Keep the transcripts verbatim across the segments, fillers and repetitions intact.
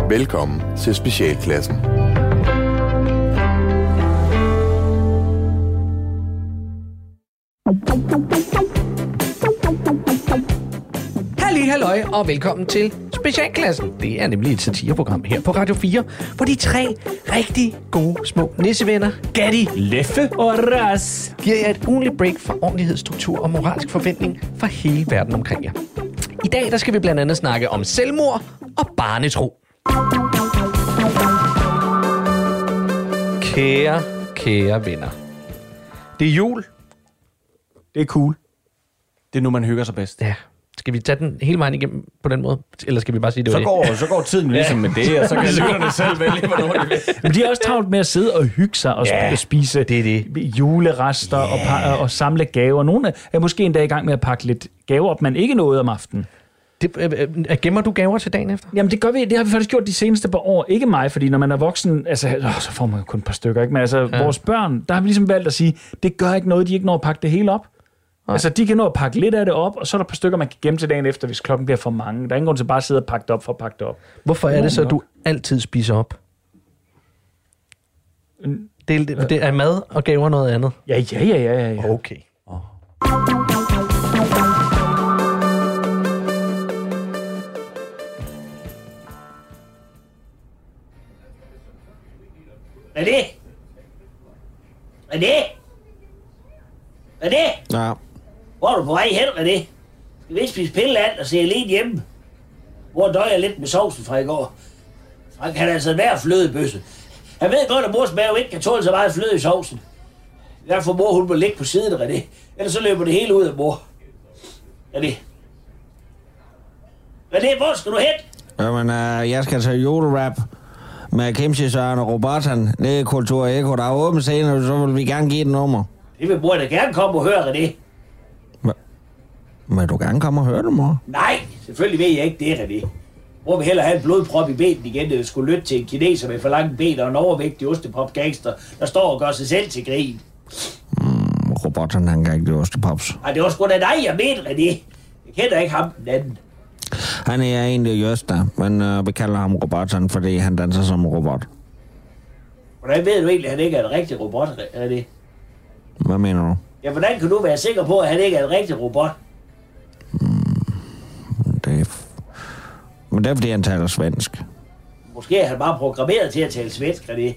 Velkommen til Specialklassen. Halli, halløj, og velkommen til Specialklassen. Det er nemlig et satireprogram her på Radio fire, hvor de tre rigtig gode små nissevenner, Gatti, Leffe og Ras, giver jer et ugenligt break for ordentlighed, struktur og moralsk forventning fra hele verden omkring jer. I dag der skal vi blandt andet snakke om selvmord og barnetro. Kære, kære venner. Det er jul. det er cool. Det er nu, man hygger sig bedst. Ja. Skal vi tage den hele vejen igennem på den måde? Eller skal vi bare sige, det så var går, det? Så går tiden ligesom med det, og så kan lytterne selv vælge, hvornår de vil. Men de er også travlt med at sidde og hygge sig og ja, spise det er det. julerester yeah. og, pa- og samle gaver. Nogle er måske endda i gang med at pakke lidt gaver op, men ikke noget om aftenen. Det, øh, øh, gemmer du gaver til dagen efter? Jamen det gør vi, det har vi faktisk gjort de seneste par år. Ikke mig, fordi når man er voksen, altså, åh, så får man kun et par stykker, ikke? Men altså, ja. vores børn, der har vi ligesom valgt at sige, det gør ikke noget, de ikke når at pakke det hele op. Nej. Altså, de kan nå at pakke lidt af det op, og så er der et par stykker, man kan gemme til dagen efter, hvis klokken bliver for mange. Der er ingen grund til bare at sidde og pakke det op for at pakke det op. Hvorfor er det så, at du altid spiser op? Det, det, det er mad og gaver noget andet? Ja, ja, ja, ja. ja. Okay. Oh. René? René? René? Ja. Hvor er du på vej hen, René? Skal vi ikke spise pilleand og se alene hjemme? Hvor døjer jeg lidt med sovsen fra i går? Han kan altså være flødebøsse. Han ved godt, at mors mave ikke kan tåle så meget fløde i sovsen. Derfor mor hun må ligge på siden, René. Ellers så løber det hele ud af mor. René? René, hvor skal du hen? Jamen, øh, jeg skal til julerap med Kimchi, Søren og Robertan. Det er Kultur Eko. Der er åbent scene, så vil vi gerne give et nummer. Det vil mor da gerne komme og høre, René. Vil du gerne komme og høre det, mor? Nej, selvfølgelig ved jeg ikke det, René. Mor vil hellere have en blodprop i benet igen, end skulle lytte til en kineser med for lange ben og en overvægtig ostepop-gangster, der står og gør sig selv til grin. Mm, Robertan, han kan ikke lide ostepops. Ej, det var sgu da dig, jeg mente, René. Jeg kender ikke ham, den anden. Han er egentlig just der, men øh, vi kalder ham Robertan, fordi han danser som en robot. Hvordan ved du egentlig, at han ikke er en rigtig robot, René? Hvad mener du? Ja, hvordan kan du være sikker på, at han ikke er en rigtig robot? Mm, det er... F- men det er, fordi han taler svensk. Måske er han bare programmeret til at tale svensk, René.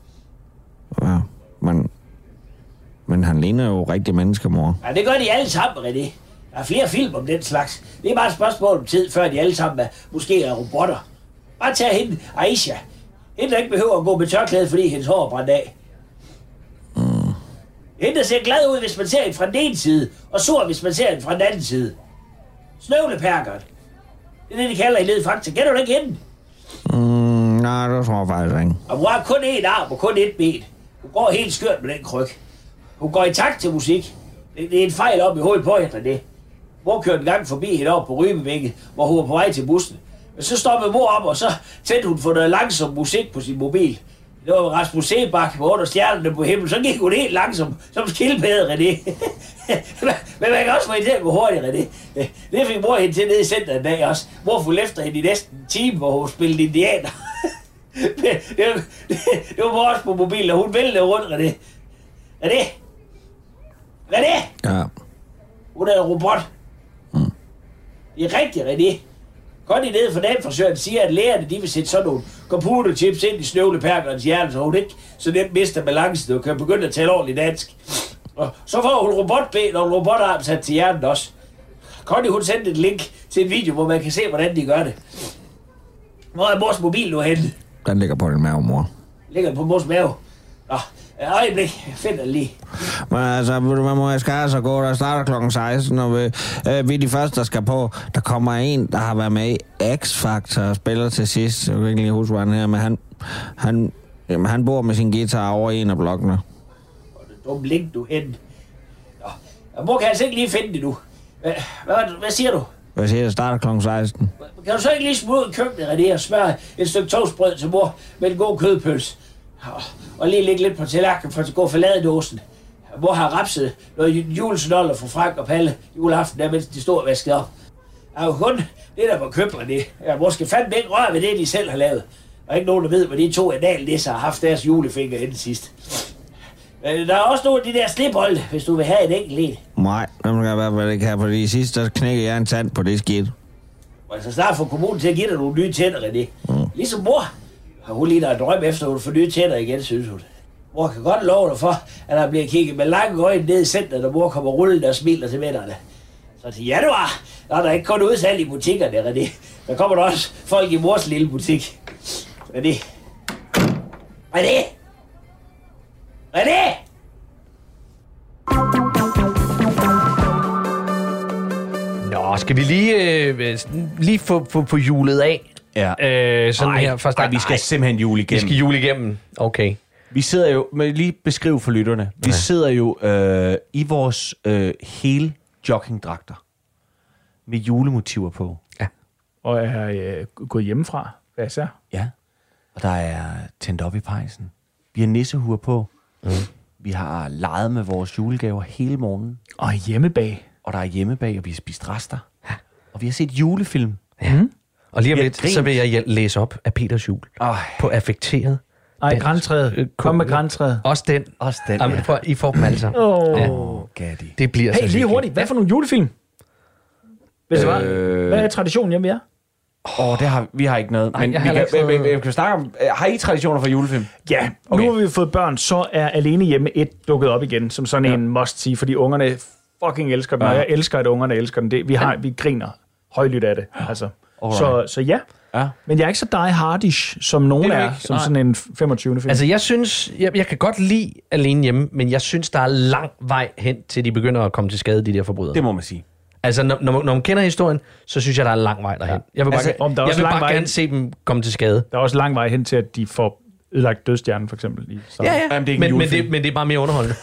Ja, men... Men han ligner jo rigtig menneske, mor. Ja, det gør de alle sammen, René. Der er flere film om den slags. Det er bare et spørgsmål om tid, før de alle sammen er, måske er robotter. Bare tag hende, Aisha. Hende, der ikke behøver at gå med tørklæde, fordi hendes hår er brændt af. Mm. Hende, der ser glad ud, hvis man ser hende fra den ene side, og sur, hvis man ser hende fra den anden side. Snøvlepærkeren. Det er det, de kalder i led fakta. Kender du ikke hende? Mm, nej, det tror jeg faktisk ikke. Og hun har kun én arm og kun ét ben. Hun går helt skørt med den kryg. Hun går i takt til musik. Det, det er en fejl op i hovedet på hende, det. Mor kørte en gang forbi hende op på Rybevægget, hvor hun var på vej til bussen. Men så stoppede mor op, og så tændte hun for noget langsom musik på sin mobil. Det var Rasmus Sebak på under stjernerne på himlen. Så gik hun helt langsomt, som skildpadde, René. Men man kan også få hende til at gå hurtigt, René. Det fik mor hende til nede i centret en dag også. Mor fulgte efter hende i næsten en time, hvor hun spillede indianer. det, det, var, det, det var mor også på mobilen, og hun væltede rundt, René. René? René? Ja. Hun er en robot. Mm. Det er rigtigt, René. Godt i nede for den forsøgen siger, at lægerne de vil sætte sådan nogle computerchips ind i snøvlepærkerens hjerne, så hun ikke så nemt mister balancen og kan begynde at tale ordentligt dansk. Og så får hun robotben og robotarm sat til hjernen også. Connie, hun sendte et link til en video, hvor man kan se, hvordan de gør det. Hvor er mors mobil nu henne? Den ligger på din mave, mor. Ligger på mors mave? Nå, et øjeblik. Jeg finder den lige. Men altså, ved du hvad, mor, jeg skal altså gå. Der starter klokken seksten, og vi, øh, vi er de første, der skal på. Der kommer en, der har været med i X-Factor og spiller til sidst. Jeg kan ikke lige huske, hvad han her, men han, han, jamen, han bor med sin guitar over en af blokkene. Hvor er det dumme link, du hente. Nå, mor kan altså ikke lige finde det nu. Hvad, hvad, hvad siger du? Hvad siger jeg? Starter klokken seksten. Kan du så ikke lige smude i køkkenet, René, og smøre et stykke toastbrød til mor med en god kødpøls? Og lige lægge lidt på tallerkenen for at gå forladedåsen. Mor har rapset noget julesnoller for Frank og Palle juleaften, der mens de stod og vaskede op. er jo kun det, der var købt af det. Jeg måske fandme ikke røre ved det, de selv har lavet. Der er ikke nogen, der ved, hvad de to analnisser har haft deres julefinger inden sidst. Men der er også nogle af de der slipholde, hvis du vil have et enkelt en. Nej, det må jeg i hvert fald ikke have, fordi sidst der knækkede jeg en tand på det skidt. Og jeg så snart få kommunen til at give dig nogle nye tænder, René. Mm. Ligesom mor har hun lige der drøm efter, at hun får nye tænder igen, synes hun. Mor kan godt love dig for, at der bliver kigget med lange øjne ned i centret, når mor kommer rullende og smiler til vennerne. Så til januar, der er der ikke kun udsalg i butikkerne, René. Der kommer der også folk i mors lille butik. René. René! René! Nå, skal vi lige, øh, lige få, få, få julet af? Ja. Øh, sådan Ej, her først. ej, vi skal simpelthen jule Vi igennem. skal jule igennem. Okay. Vi sidder jo, men lige beskrive for lytterne. Vi Ja. sidder jo øh, i vores øh, hele joggingdragter med julemotiver på. Og jeg er øh, gået hjemmefra. Hvad så? Ja. Og der er tændt op i pejsen. Vi har nissehuer på. Mm. Vi har leget med vores julegaver hele morgenen. Og hjemmebag. Og der er hjemmebag, og vi har spist rester. Ja. Og vi har set julefilm. Ja. Mm. Og lige om Vi har lidt, grint. så vil jeg læ- læse op af Peters jul. Øj. På affekteret. Ej, dansk. grantræet. Kom med grantræet. Også den. Også den, Jamen, ja. prøv, I får dem alle sammen. Åh. Ja. Åh, Gatti. Det bliver så Hey, lige hyggeligt. hurtigt. Hvad for nogle julefilm? Hvis det var. Øh. Hvad er traditionen hjemme, ja? Åh, oh, det har vi har ikke noget. Ej, Men jeg vi har kan, ikke fået- vi, vi, vi kan snakke om... Har I traditioner for julefilm? Ja, Okay. nu har vi fået børn, så er Alene Hjemme et dukket op igen, som sådan ja. en must-see, fordi ungerne fucking elsker den, Ja. og jeg elsker, at ungerne elsker den. Det, vi, har, vi griner højlydt af det. Altså. Så, så ja. Ja. Men jeg er ikke så die hardish, som nogen Det er er, du ikke. som Nej. sådan en femogtyvende film. Altså, jeg synes, jeg, jeg kan godt lide Alene Hjemme, men jeg synes, der er lang vej hen, til de begynder at komme til skade, de der forbrydere. Det må man sige. Altså, når, når, når man kender historien, så synes jeg, der er lang vej derhen. Jeg vil bare, Altså, altså, om der er jeg også vil lang bare vej gerne hen- se dem komme til skade. Der er også lang vej hen til, at de får ødelagt dødstjernen, for eksempel. I Ja, ja, Jamen, det er ikke en men, men, julefilm. det, men det er bare mere underholdende.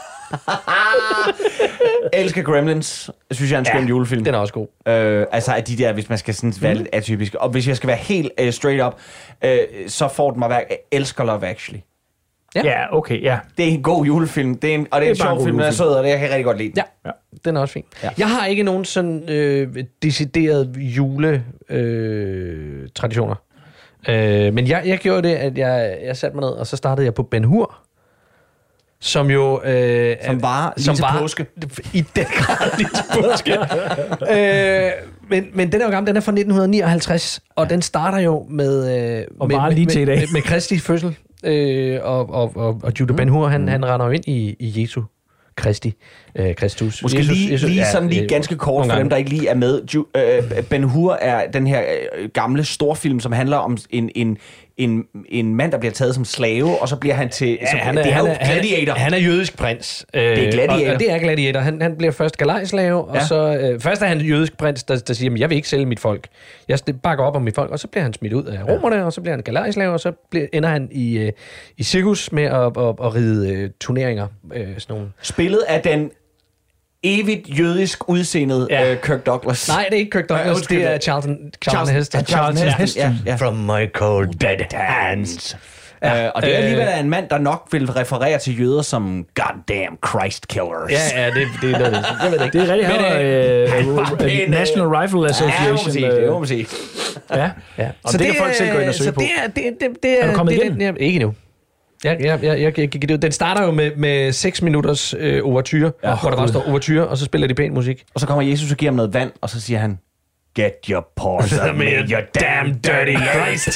Jeg elsker Gremlins. Jeg synes, jeg er en skøn Ja, julefilm. Den er også god. Øh, altså af de der, hvis man skal sådan være lidt atypisk. Og hvis jeg skal være helt uh, straight up, uh, så får den mig hver... Jeg elsker Love Actually. Ja, okay, ja. Det er en god julefilm. Det er en, og det er, Det er en bare en sjov god film, den er julefilm. sød, og det jeg kan jeg rigtig godt lide. Ja, Ja. den er også fin. Ja. Jeg har ikke nogen sådan øh, decideret jule øh, traditioner. Øh, men jeg, jeg gjorde det, at jeg, jeg satte mig ned, og så startede jeg på Ben Hur. Som jo... Øh, Som var lige til påske. I den grad lige til påske. øh, men, men den er jo gammel, den er fra nitten nioghalvtreds, og den starter jo med... Øh, Og med, varer med, lige til i dag. med, med Kristi fødsel. Øh, og, og, og, og Jude Ben Hur, han, han render jo ind i, i Jesu Kristi, øh, Kristus. Måske Jesus, lige, Jesus, lige ja, sådan lige øh, ganske kort nogle for dem, gange. der ikke lige er med. Ju, øh, Ben Hur er den her øh, gamle storfilm, som handler om en, en, en, en mand, der bliver taget som slave, og så bliver han til... Ja, som, han er, det er han jo er, han gladiator. er, han er jødisk prins. Øh, Det er gladiator. Og, og det er gladiator. Han, han bliver først galejslave, ja. og så... Øh, først er han jødisk prins, der, der siger, at jeg vil ikke sælge mit folk. Jeg bakker op om mit folk, og så bliver han smidt ud af romerne, og så bliver han galejslave, og så bliver, ender han i, øh, i cirkus med at, at, at ride øh, turneringer. Øh, sådan nogle. Spillet af den evigt jødisk udseendede Ja. øh, Kirk Douglas. Nej, det er ikke Kirk Douglas, Øh, undskyld. det er Charlton, Charlton Charles- Heston. ja, Charlton Heston, ja, ja. From my cold dead hands. Ja, øh, og det er øh, alligevel en mand, der nok vil referere til jøder som goddamn Christ killers. Ja, ja, det, det er noget, det. Jeg ved det ikke. Det er rigtigt. Men, Han øh, var var øh, pæn, øh, National Rifle Association. Ja, det må man sige. Det må man sige. Ja. Ja. Og det kan folk selv gå ind og søge så på. det er, det, det, det er, Er du kommet det, igennem? Den, ja, ikke endnu. Ja, ja, ja, jeg, jeg, jeg, den starter jo med, med seks minutters øh, overture, ja, hvor der bare står overture, og så spiller de pæn musik. Og så kommer Jesus og giver ham noget vand, og så siger han, get your paws off me, you damn dirty Christ.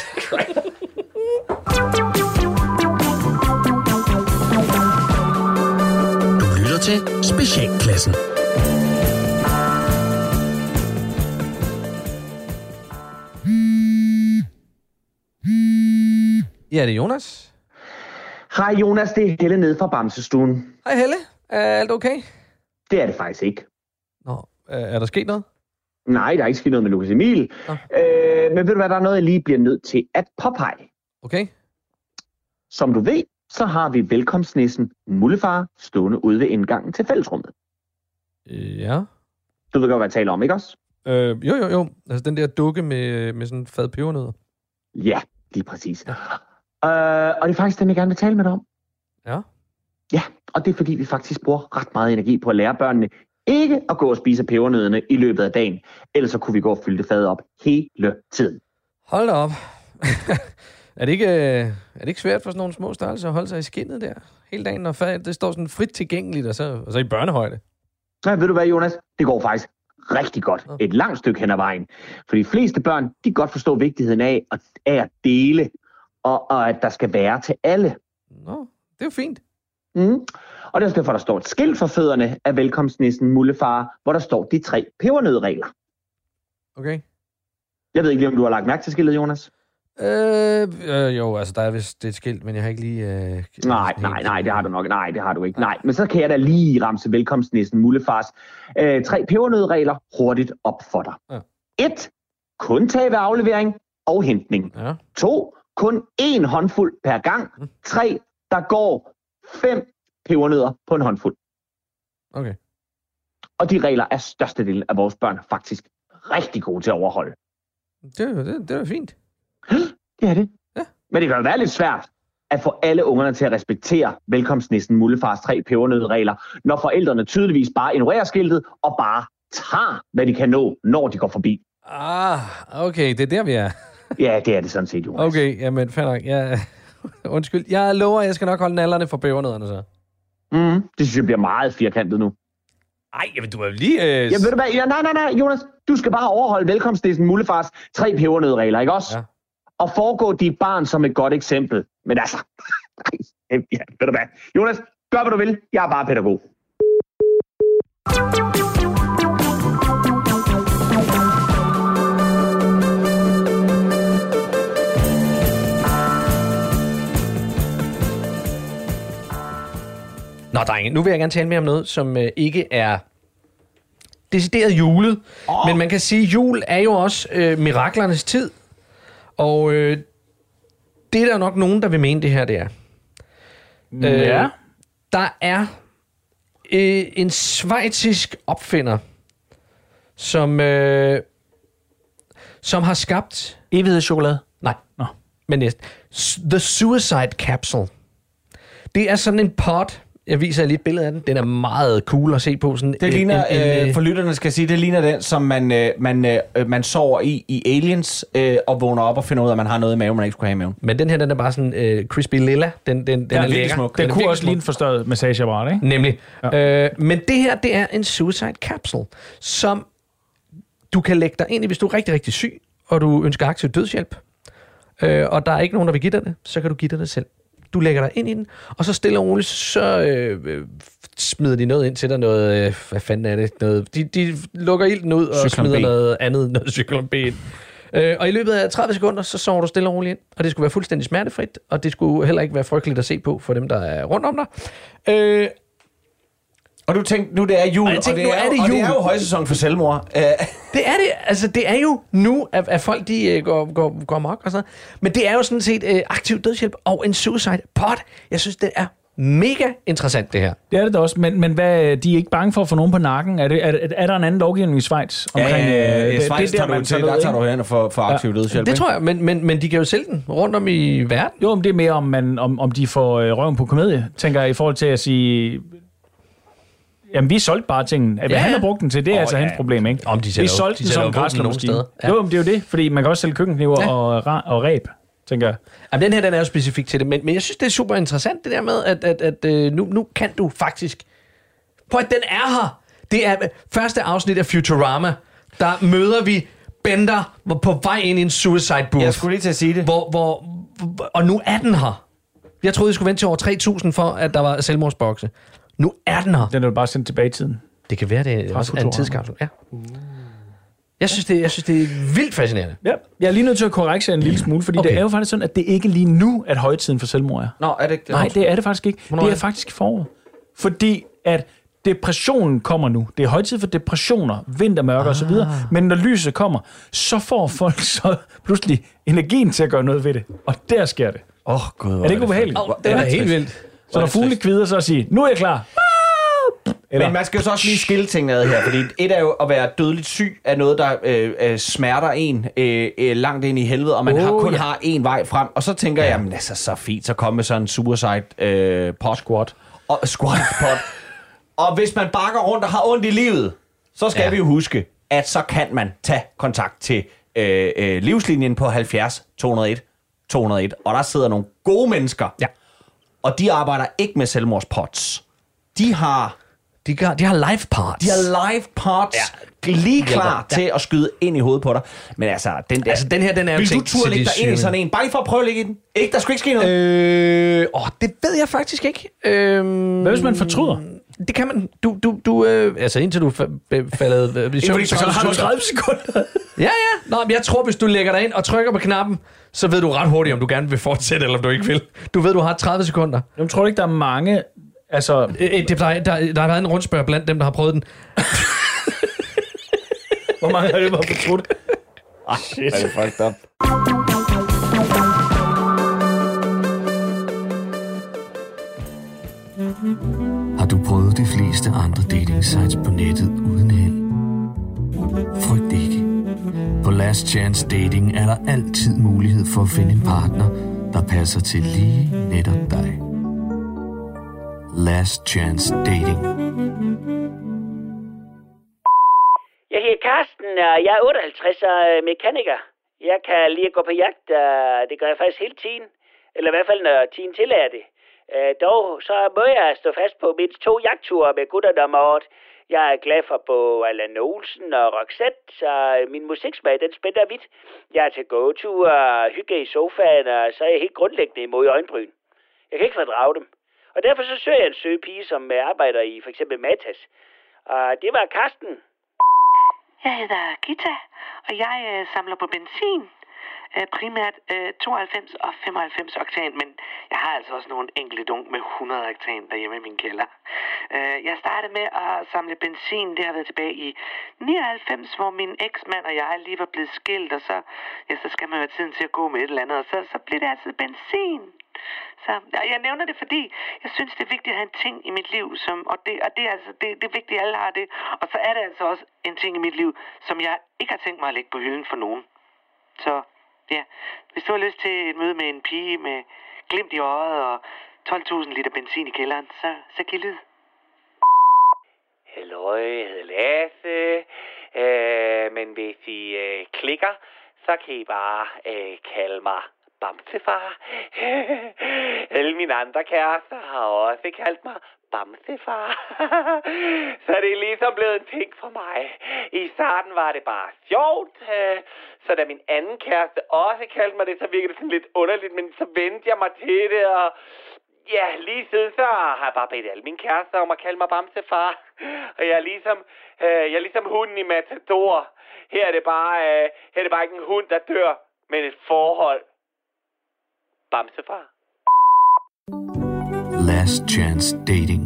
Du lytter til Specialklassen. Ja, det er Jonas. Hej Jonas, det er Helle nede fra Bamsestuen. Hej Helle, er alt okay? Det er det faktisk ikke. Nå, øh, er der sket noget? Nej, der er ikke sket noget med Lukas Emil. Nå. Øh, men ved du hvad, der er noget, jeg lige bliver nødt til at påpege. Okay. Som du ved, så har vi velkomstnissen Mullefar stående ude ved indgangen til fællesrummet. Øh, ja. Du ved godt, hvad jeg taler om, ikke også? Øh, jo, jo, jo. Altså den der dukke med, med sådan en fad pebernødder. Ja, lige præcis. Ja. Øh, og det er faktisk dem, jeg gerne vil tale med dig om. Ja. Ja, og det er fordi, vi faktisk bruger ret meget energi på at lære børnene ikke at gå og spise pebernødderne i løbet af dagen. Ellers så kunne vi gå og fylde det fad op hele tiden. Hold da op. er, det ikke, er det ikke svært for sådan nogle små størrelser at holde sig i skindet der hele dagen, når fadet, det står sådan frit tilgængeligt, og så, og så i børnehøjde? Så ved du hvad, Jonas? Det går faktisk rigtig godt. Et langt stykke hen ad vejen. For de fleste børn, de kan godt forstå vigtigheden af at, af at dele, og, og at der skal være til alle. Nå, det er jo fint. Mm. Og det er også derfor, der står et skilt for fødderne af velkomstnissen Mullefar, hvor der står de tre pebernødregler. Okay. Jeg ved ikke lige, om du har lagt mærke til skiltet, Jonas? Øh, øh, jo, altså der er vist det et skilt, men jeg har ikke lige... Øh, nej, nej, nej, det har du nok. Nej, det har du ikke. Nej, men så kan jeg da lige ramse velkomstnissen Mullefars øh, tre pebernødregler hurtigt op for dig. Ja. Et. Kun tage ved aflevering og hentning. Ja. To. Kun én håndfuld per gang. Mm. Tre. Der går fem pebernødder på en håndfuld. Okay. Og de regler er størstedelen af vores børn faktisk rigtig gode til at overholde. Det, det, det er fint. Det er det. Ja. Men det kan jo være lidt svært at få alle ungerne til at respektere velkomstnissen Mullefars tre pebernødregler, når forældrene tydeligvis bare ignorerer skiltet og bare tager, hvad de kan nå, når de går forbi. Ah, okay, det er der, vi er. Ja, det er det sådan set, Jonas. Okay, jamen fair nok. Ja. Undskyld, jeg lover, jeg skal nok holde nallerne for pebernødderne så. Mm, det synes jeg bliver meget firkantet nu. Ej, jamen du er lige... Øh... Jamen ved du hvad, ja, nej, nej, nej, Jonas, du skal bare overholde velkomstnissen Mullefars tre pebernødregler, ikke også? Ja. Og foregå dit barn som et godt eksempel. Men altså, ja, ved du hvad, Jonas, gør hvad du vil, jeg er bare pædagog. Nå, drenge, nu vil jeg gerne tale mere om noget, som øh, ikke er decideret julet. Oh. Men man kan sige, at jul er jo også øh, miraklernes tid. Og øh, det er der nok nogen, der vil mene, det her det er. Ja. Øh, der er øh, en schweizisk opfinder, som, øh, som har skabt... Evighedschokolade? Nej. Nå. Men næste. The Suicide Capsule. Det er sådan en pot... Jeg viser lige et billede af den. Den er meget cool at se på. Sådan det ligner, en, en, øh, for lytterne skal sige, det ligner den, som man, øh, man, øh, man sover i i Aliens, øh, og vågner op og finder ud af, at man har noget i maven, man ikke skulle have i maven. Men den her, den er bare sådan øh, crispy lilla. Den, den, den ja, er lækker. Smuk. Den, den kunne også smuk. ligne en forstørret massageapparat, ikke? Nemlig. Ja. Øh, men det her, det er en suicide capsule, som du kan lægge dig ind i, hvis du er rigtig, rigtig syg, og du ønsker aktiv dødshjælp, øh, og der er ikke nogen, der vil give dig det, så kan du give dig det selv. Du lægger dig ind i den, og så stille og roligt, så øh, øh, smider de noget ind til dig, noget, øh, hvad fanden er det, noget, de, de lukker ilden ud og Cyklon smider B. noget andet, noget Cyklon B ind. Øh, og i løbet af tredive sekunder, så sover du stille og roligt ind, og det skulle være fuldstændig smertefrit, og det skulle heller ikke være frygteligt at se på for dem, der er rundt om dig. Øh, Og du tænkte, nu det er jul, og, tænkte, og, det, nu er, er det og jul. det er jo højsæson for selvmord. Uh. Det er det. Altså, det er jo nu, at, at folk de, uh, går, går, går mok og sådan noget. Men det er jo sådan set uh, aktiv dødshjælp og en suicide pot. Jeg synes, det er mega interessant, det her. Det er det da også, men, men hvad, de er ikke bange for at få nogen på nakken? Er, det, er, er der en anden lovgivning i Schweiz? Omkring, ja, ja, ja, Schweiz det, tager du til, der tager du hen for, for aktiv ja. dødshjælp. Det tror jeg, men, men, men de kan jo sælge den rundt om i verden. Jo, men det er mere, om, man, om, om de får øh, røven på komedie, tænker jeg, i forhold til at sige... Jamen, vi solgte bare tingene. Hvad ja. han har brugt den til, det er oh, altså ja. hans problem, ikke? Om de vi solgte de den som græslåmaskine. Ja. Jo, men det er jo det, fordi man kan også sælge køkkenkniver ja. og, og ræb, tænker jeg. Jamen, den her, den er jo specifik til det, men, men jeg synes, det er super interessant, det der med, at, at, at, at nu, nu kan du faktisk... Prøv at den er her! Det er første afsnit af Futurama, der møder vi Bender på vej ind i en suicide booth. Jeg skulle lige til at sige det. Hvor, hvor, og nu er den her. Jeg troede, jeg skulle vente til over tre tusind for, at der var selvmordsbokse. Nu er den her. Den er jo bare sendt tilbage i tiden. Det kan være, det også er en tidskapsel. Ja. Jeg synes, det, jeg synes, det er vildt fascinerende. Ja. Jeg er lige nødt til at korrekse en lille smule, fordi okay. det er jo faktisk sådan, at det ikke lige nu, at højtiden for selvmord er. Nå, er det ikke det? Nej, det er det faktisk ikke. Hvornår det er, er faktisk foråret. Fordi at depressionen kommer nu. Det er højtid for depressioner, vintermørke ah. osv. Men når lyset kommer, så får folk så pludselig energien til at gøre noget ved det. Og der sker det. Åh, oh, gud. Er det ikke ubehageligt? Oh, det er helt vildt. Så når fugle kvider, så at sige, nu er jeg klar. Eller? Men man skal jo så også lige skille tingene ad her, fordi et er jo at være dødeligt syg af noget, der øh, øh, smerter en øh, øh, langt ind i helvede, og man oh, har, kun ja. har én vej frem. Og så tænker ja. jeg, jamen altså så fint, så kommer med sådan en suicide øh, pot. Squat. Og squat pot. Og hvis man bakker rundt og har ondt i livet, så skal ja. vi jo huske, at så kan man tage kontakt til øh, øh, livslinjen på halvfjerds to nul et to nul et. Og der sidder nogle gode mennesker. Ja. Og de arbejder ikke med selvmordspots. De har... De har, de har live parts. De har live parts ja. lige klar ja. til at skyde ind i hovedet på dig. Men altså, den der... Altså, den her, den er jo vil du turde lægge dig ind i sådan en? Bare lige for at prøve at lægge i den. Ikke, der skulle ikke ske noget. Øh, åh, det ved jeg faktisk ikke. Øh, Hvad hvis man fortryder? Det kan man. Du, du, du øh, altså indtil du fa- faldet øh, i søvn, så har du tredive sekunder. Ja, ja. Nå, men jeg tror, hvis du lægger dig ind og trykker på knappen, så ved du ret hurtigt, om du gerne vil fortsætte, eller om du ikke vil. Du ved, du har tredive sekunder. Jeg tror ikke, der er mange... Altså... Det, der, der, der har været en rundspørg blandt dem, der har prøvet den. Hvor mange har det været fortrudt? Ah, shit. Er det fucked up? Har du prøvet de fleste andre dating sites på nettet uden held? Frygt ikke. På Last Chance Dating er der altid mulighed for at finde en partner, der passer til lige netop dig. Last Chance Dating. Jeg hedder Karsten, og jeg er otteoghalvtreds og mekaniker. Jeg kan lige gå på jagt, og det gør jeg faktisk hele tiden. Eller i hvert fald, når tiden tillader det. Øh, dog så må jeg stå fast på mindst to jagtture med gutterne om året. Jeg er glad for både Allan Olsen og Roxette, så min musiksmag, den spænder vidt. Jeg er til gåtur og hygge i sofaen, og så er jeg helt grundlæggende imod øjenbryn. Jeg kan ikke fordrage dem. Og derfor så søger jeg en søge pige, som arbejder i for eksempel Matas. Og det var Karsten. Jeg hedder Gita, og jeg øh, samler på benzin. Øh, primært øh, tooghalvfems og femoghalvfems oktan, men jeg har altså også nogle enkelte dunk med hundrede oktan derhjemme i min kælder. Øh, jeg startede med at samle benzin, det har været tilbage i nioghalvfems, hvor min eksmand og jeg lige var blevet skilt, og så, ja, så skal man jo have tiden til at gå med et eller andet, og så, så bliver det altid benzin. Så jeg nævner det, fordi jeg synes, det er vigtigt at have en ting i mit liv, som, og, det, og det, er altså, det, det er vigtigt, at alle har det. Og så er det altså også en ting i mit liv, som jeg ikke har tænkt mig at lægge på hylden for nogen. Så ja, hvis du har lyst til et møde med en pige med glimt i øjet og tolv tusind liter benzin i kælderen, så, så giv lyd. Hallo, jeg hedder Lasse. Øh, men hvis I øh, klikker, så kan I bare øh, kalde mig Bamsefar. Alle mine andre kærester har også kaldt mig Bamsefar. Så det er ligesom blevet en ting for mig. I starten var det bare sjovt, så da min anden kæreste også kaldte mig det, så virkede det sådan lidt underligt, men så vendte jeg mig til det, og ja, lige siden så har jeg bare bedt alle mine kærester om at kalde mig Bamsefar. Og jeg er ligesom, jeg er ligesom hunden i Matador. Her er det bare, her er det bare ikke en hund, der dør, men et forhold. Bamsefar. Last Chance Dating.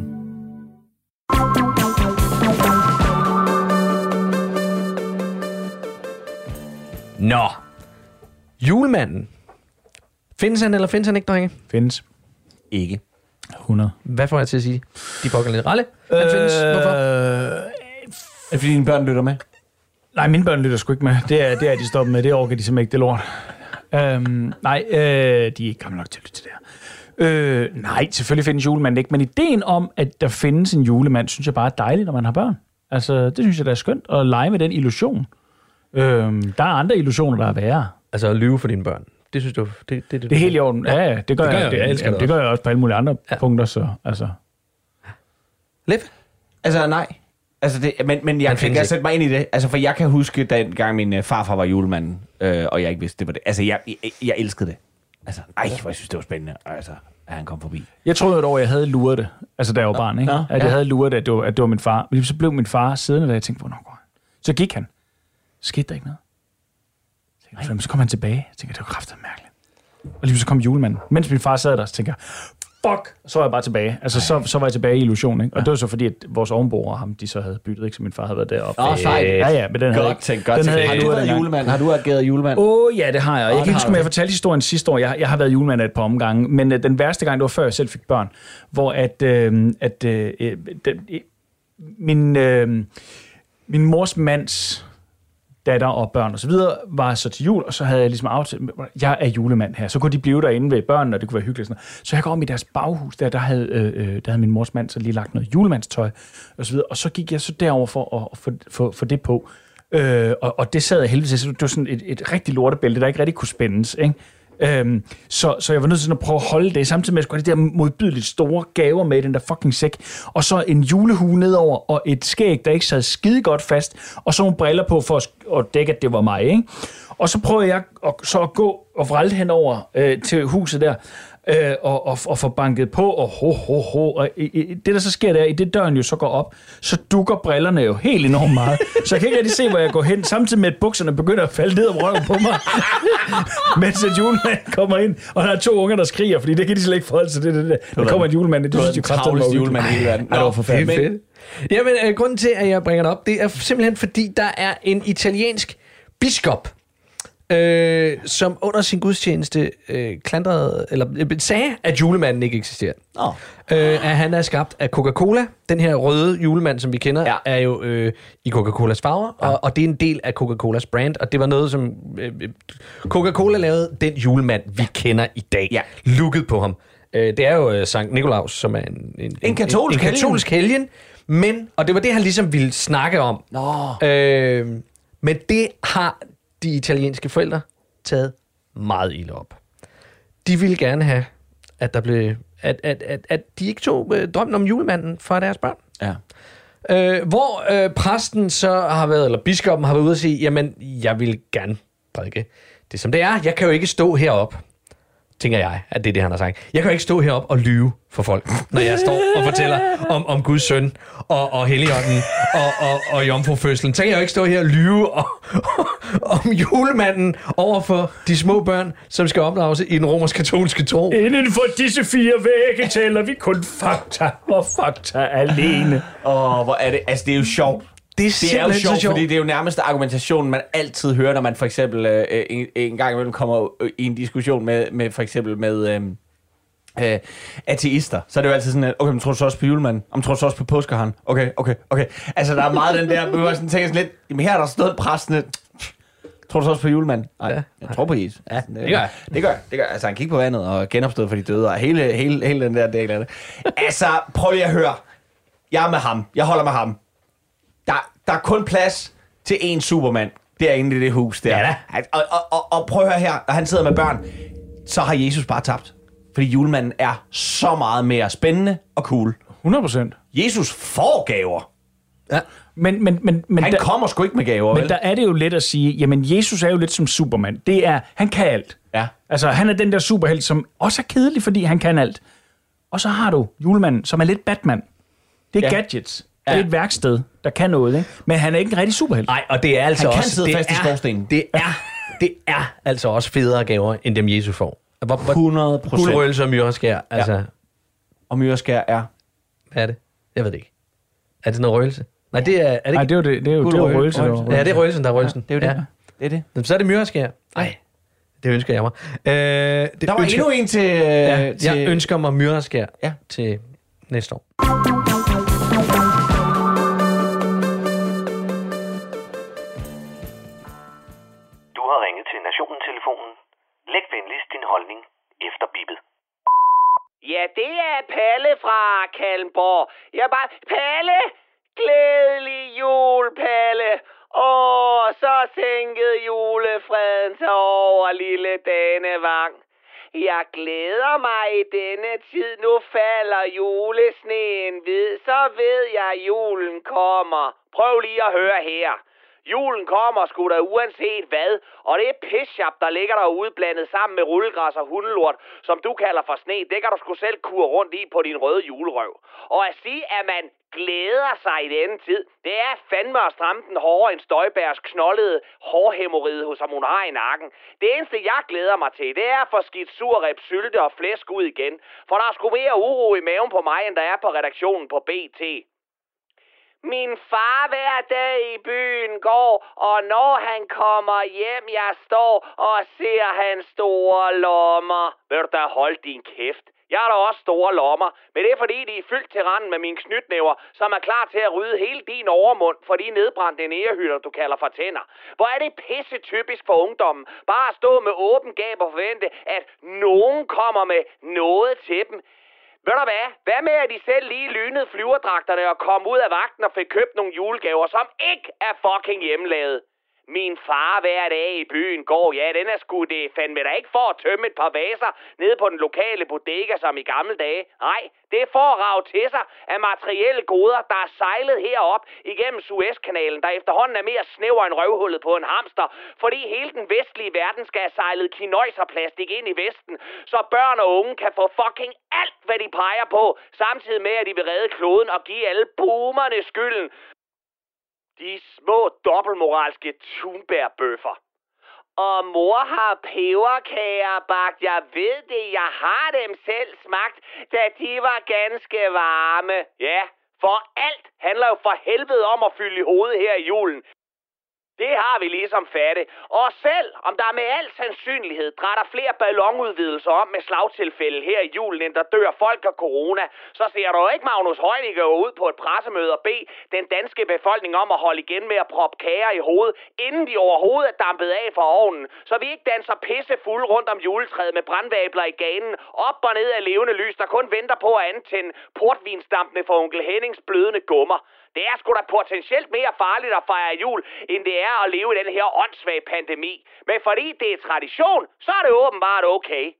Nå. Julemanden. Findes han, eller findes han ikke, drenge? Findes. Ikke. hundrede. Hvad får jeg til at sige? De pågældende Ralle? Han øh, findes. Hvorfor? Er det fordi dine børn lytter med? Nej, mine børn lytter sgu ikke med. Det er, det er de stoppet med. Det orker de simpelthen ikke, det lort. Øhm, nej, øh, de er ikke gamle nok til at lytte til det her. Øh, nej, selvfølgelig findes julemanden ikke, men ideen om, at der findes en julemand, synes jeg bare er dejligt, når man har børn. Altså, det synes jeg, der er skønt at lege med den illusion. Øh, der er andre illusioner, der er værre. Altså at lyve for dine børn. Det synes du, det, det, det, det er helt i orden. Ja, ja, det gør, det gør jeg. jeg. Det, jeg elsker det, det gør jeg også på alle mulige andre ja. punkter, så altså. Liv? Altså, nej. Altså det, men, men jeg kan sætte mig ind i det. Altså, for jeg kan huske, da gang min farfar var julemanden, øh, og jeg ikke vidste, det var det. Altså, jeg, jeg, jeg elskede det. Altså, ej, hvor jeg synes, det var spændende, altså, at han kom forbi. Jeg troede et år, jeg havde luret det. Altså, da jeg var barn, ikke? Nå, at jeg ja. havde luret det, at det, var, at det var min far. Men så blev min far siddende, da jeg tænkte, hvornår går han? Så gik han. Så skete der ikke noget. Så, tænkte, så kom han tilbage. Jeg tænkte, det var kraftigt mærkeligt. Og lige så kom julemanden. Mens min far sad der, så tænkte jeg, fuck, så var jeg bare tilbage. Altså, så, så var jeg tilbage i illusion, ikke? Og ja. det var så fordi, at vores ovenboer ham, de så havde byttet, ikke? Så min far havde været deroppe. Åh, oh, sejt. Ja, ja, men den godt havde tænkt, godt tænkt. Har du været julemand? Har du ageret julemand? Åh, oh, ja, det har jeg. Jeg oh, kan ikke huske, om jeg fortalte historien sidste år. Jeg, jeg har været julemand et par omgange, men uh, den værste gang, det var før jeg selv fik børn, hvor at, uh, at uh, den, min, uh, min mors mands datter og børn og så videre, var så til jul, og så havde jeg ligesom aftalt, jeg er julemand her, så kunne de blive derinde ved børnene, og det kunne være hyggeligt. Sådan. Så jeg går om i deres baghus, der, der, havde, øh, der havde min mors mand så lige lagt noget julemandstøj, og så videre, og så gik jeg så derover for at få, få, få det på. Øh, og, og det sad jeg heldigvis, det var sådan et, et rigtig lortebælte, der ikke rigtig kunne spændes, ikke? Øhm, så, så jeg var nødt til at prøve at holde det, samtidig med at jeg skulle have de der modbydeligt store gaver med i den der fucking sæk, og så en julehue nedover, og et skæg, der ikke sad skide godt fast, og så nogle briller på for at, at dække, at det var mig, ikke? Og så prøvede jeg at, så at gå og vrælde henover øh, til huset der, øh, og, og, og få banket på, og ho, ho, ho, og i, i, det der så sker der, i det døren jo så går op, så dukker brillerne jo helt enormt meget, så jeg kan ikke rigtig se, hvor jeg går hen, samtidig med at bukserne begynder at falde ned om røven på mig, mens et julemand kommer ind, og der er to unger, der skriger, fordi det kan de slet ikke forholde sig til det, det der. Der kommer en julemand, det synes jeg kraftigt julemand i hele verden. Nå, det var forfærdeligt. Jamen, øh, grunden til, at jeg bringer det op, det er simpelthen, fordi der er en italiensk biskop, Øh, som under sin gudstjeneste øh, klandrede, eller øh, sagde, at julemanden ikke eksisterer. Oh. Øh, at han er skabt af Coca-Cola. Den her røde julemand, som vi kender, ja. er jo øh, i Coca-Colas farver, ja. og, og det er en del af Coca-Colas brand, og det var noget, som øh, Coca-Cola lavede den julemand, vi kender i dag. Ja. Looket på ham. Øh, det er jo øh, Sankt Nikolaus, som er en, en, en katolsk, en, en katolsk helgen, men, og det var det, han ligesom ville snakke om. Nå. Øh, men det har de italienske forældre taget meget ilde op. De ville gerne have, at der blev, at, at, at, at de ikke tog øh, drømmen om julemanden fra deres børn. Ja. Øh, hvor øh, præsten så har været, eller biskoppen har været ude og sige, jamen, jeg vil gerne prædike det som det er. Jeg kan jo ikke stå herop, tænker jeg, at det er det, han har sagt. Jeg kan jo ikke stå herop og lyve for folk, når jeg står og fortæller om, om Guds søn og, og Helligånden og, og, og jomfrufødslen. Så kan jeg jo ikke stå her og lyve og, og, om julemanden over for de små børn, som skal opdrages i den romersk-katolske tro. Inden for disse fire vægge taler vi kun fakta og fakta alene. Åh, oh, hvor er det... Altså, det er jo sjovt. Det er, det er jo sjovt, sjovt, fordi det er jo nærmest argumentationen, man altid hører, når man for eksempel øh, en, en gang imellem kommer i en diskussion med, med for eksempel med øh, øh, ateister. Så er det jo altid sådan, at, okay, men tror du så også på julemanden? Om tror du så også på påskeharen? Okay, okay, okay. Altså, der er meget den der, man sådan tænker sådan lidt, jamen her er der stået præsten. Tror du så også på julemanden? Nej, ja. Jeg tror på Jesus. Ja, det gør jeg. Det gør jeg. Det gør jeg. Altså, han gik på vandet og genopstod for de døde, og hele, hele, hele den der del af det. Altså, prøv lige at høre. Jeg er med ham. Jeg holder med ham. Der, der er kun plads til én Superman derinde i det hus der. Ja, og, og, og, og prøv at høre her, når han sidder med børn, så har Jesus bare tabt. Fordi julemanden er så meget mere spændende og cool. hundrede procent. Jesus får gaver. Ja. Men, men, men, men han der, kommer sgu ikke med gaver, Men vel? der er det jo let at sige, jamen Jesus er jo lidt som Superman. Det er, han kan alt. Ja. Altså, han er den der superhelt, som også er kedelig, fordi han kan alt. Og så har du julemanden, som er lidt Batman. Det er ja. gadgets. Det er et værksted, der kan noget, ikke? Men han er ikke en rigtig superhelt. Nej, og det er altså han også... kan sidde det fast er, i skovstenen. Det er, det er altså også federe gaver, end dem Jesus får. Hvor, hvor, hundrede procent. Guldrøgelse og myreskær, altså... Ja. Og myreskær er... Hvad er det? Jeg ved det ikke. Er det noget røgelse? Nej, det er... er det Nej, det er jo, det, det er jo, det er jo røgelse. Ja, det er røgelsen, der er røgelsen. Ja, det er jo det. Ja. Det er det. Så er det myreskær. Nej, det ønsker jeg mig. Øh, det der var ønsker, endnu en til... Ja, til... Jeg ønsker mig myreskær ja. til næste år. Du har ringet til Nationen-telefonen. Læg venligst din holdning efter bippet. Ja, det er Palle fra Kalmborg. Jeg bare... Palle! Glædelig jul, Palle! Åh, så sænkede julefreden sig over lille Danevang. Jeg glæder mig i denne tid. Nu falder julesneen hvid. Så ved jeg, at julen kommer. Prøv lige at høre her. Julen kommer sgu da uanset hvad, og det er pissjap, der ligger derude blandet sammen med rullegræs og hundelort, som du kalder for sne. Det kan du sgu selv kure rundt i på din røde julerøv. Og at sige, at man glæder sig i denne tid, det er fandme at stramme den hårdere end Støjbergs knoldede hårhæmoride, som hun har i nakken. Det eneste, jeg glæder mig til, det er at få skidt surreb, sylte og flæsk ud igen. For der er sgu mere uro i maven på mig, end der er på redaktionen på B T. Min far hver dag i byen går, og når han kommer hjem, jeg står og ser hans store lommer. Vil du da holde din kæft? Jeg har da også store lommer, men det er fordi, de er fyldt til randen med mine knytnæver, som er klar til at rydde hele din overmund for de nedbrændte nærehytter, du kalder for tænder. Hvor er det pisse typisk for ungdommen, bare at stå med åben gab og forvente, at nogen kommer med noget til dem. Ved du hvad? Hvad med, at de selv lige lynede flyverdragterne og kom ud af vagten og fik købt nogle julegaver, som ikke er fucking hjemmelavet? Min far hver dag i byen går, ja, den er sgu det fandme da ikke for at tømme et par vaser nede på den lokale bodega som i gamle dage. Nej, det er for at rage til sig af materielle goder, der er sejlet herop igennem Suezkanalen, der efterhånden er mere snæver end røvhullet på en hamster, fordi hele den vestlige verden skal have sejlet kinøjserplastik ind i Vesten, så børn og unge kan få fucking alt, hvad de peger på, samtidig med, at de vil redde kloden og give alle boomerne skylden. De små dobbeltmoralske tunbærbøffer. Og mor har peberkager bagt. Jeg ved det, jeg har dem selv smagt, da de var ganske varme. Ja, for alt handler jo for helvede om at fylde i hovedet her i julen. Det har vi ligesom fatte. Og selv om der med al sandsynlighed drætter flere ballonudvidelser om med slagtilfælde her i julen, end der dør folk af corona, så ser du ikke Magnus Heunicke gå ud på et pressemøde og bede den danske befolkning om at holde igen med at proppe kager i hovedet, inden de overhovedet er dampet af fra ovnen, så vi ikke danser pissefulde rundt om juletræet med brandvabler i ganen, op og ned af levende lys, der kun venter på at antænde portvinsdampene for onkel Hennings blødende gummer. Det er sgu da potentielt mere farligt at fejre jul, end det er at leve i den her åndssvage pandemi. Men fordi det er tradition, så er det åbenbart okay.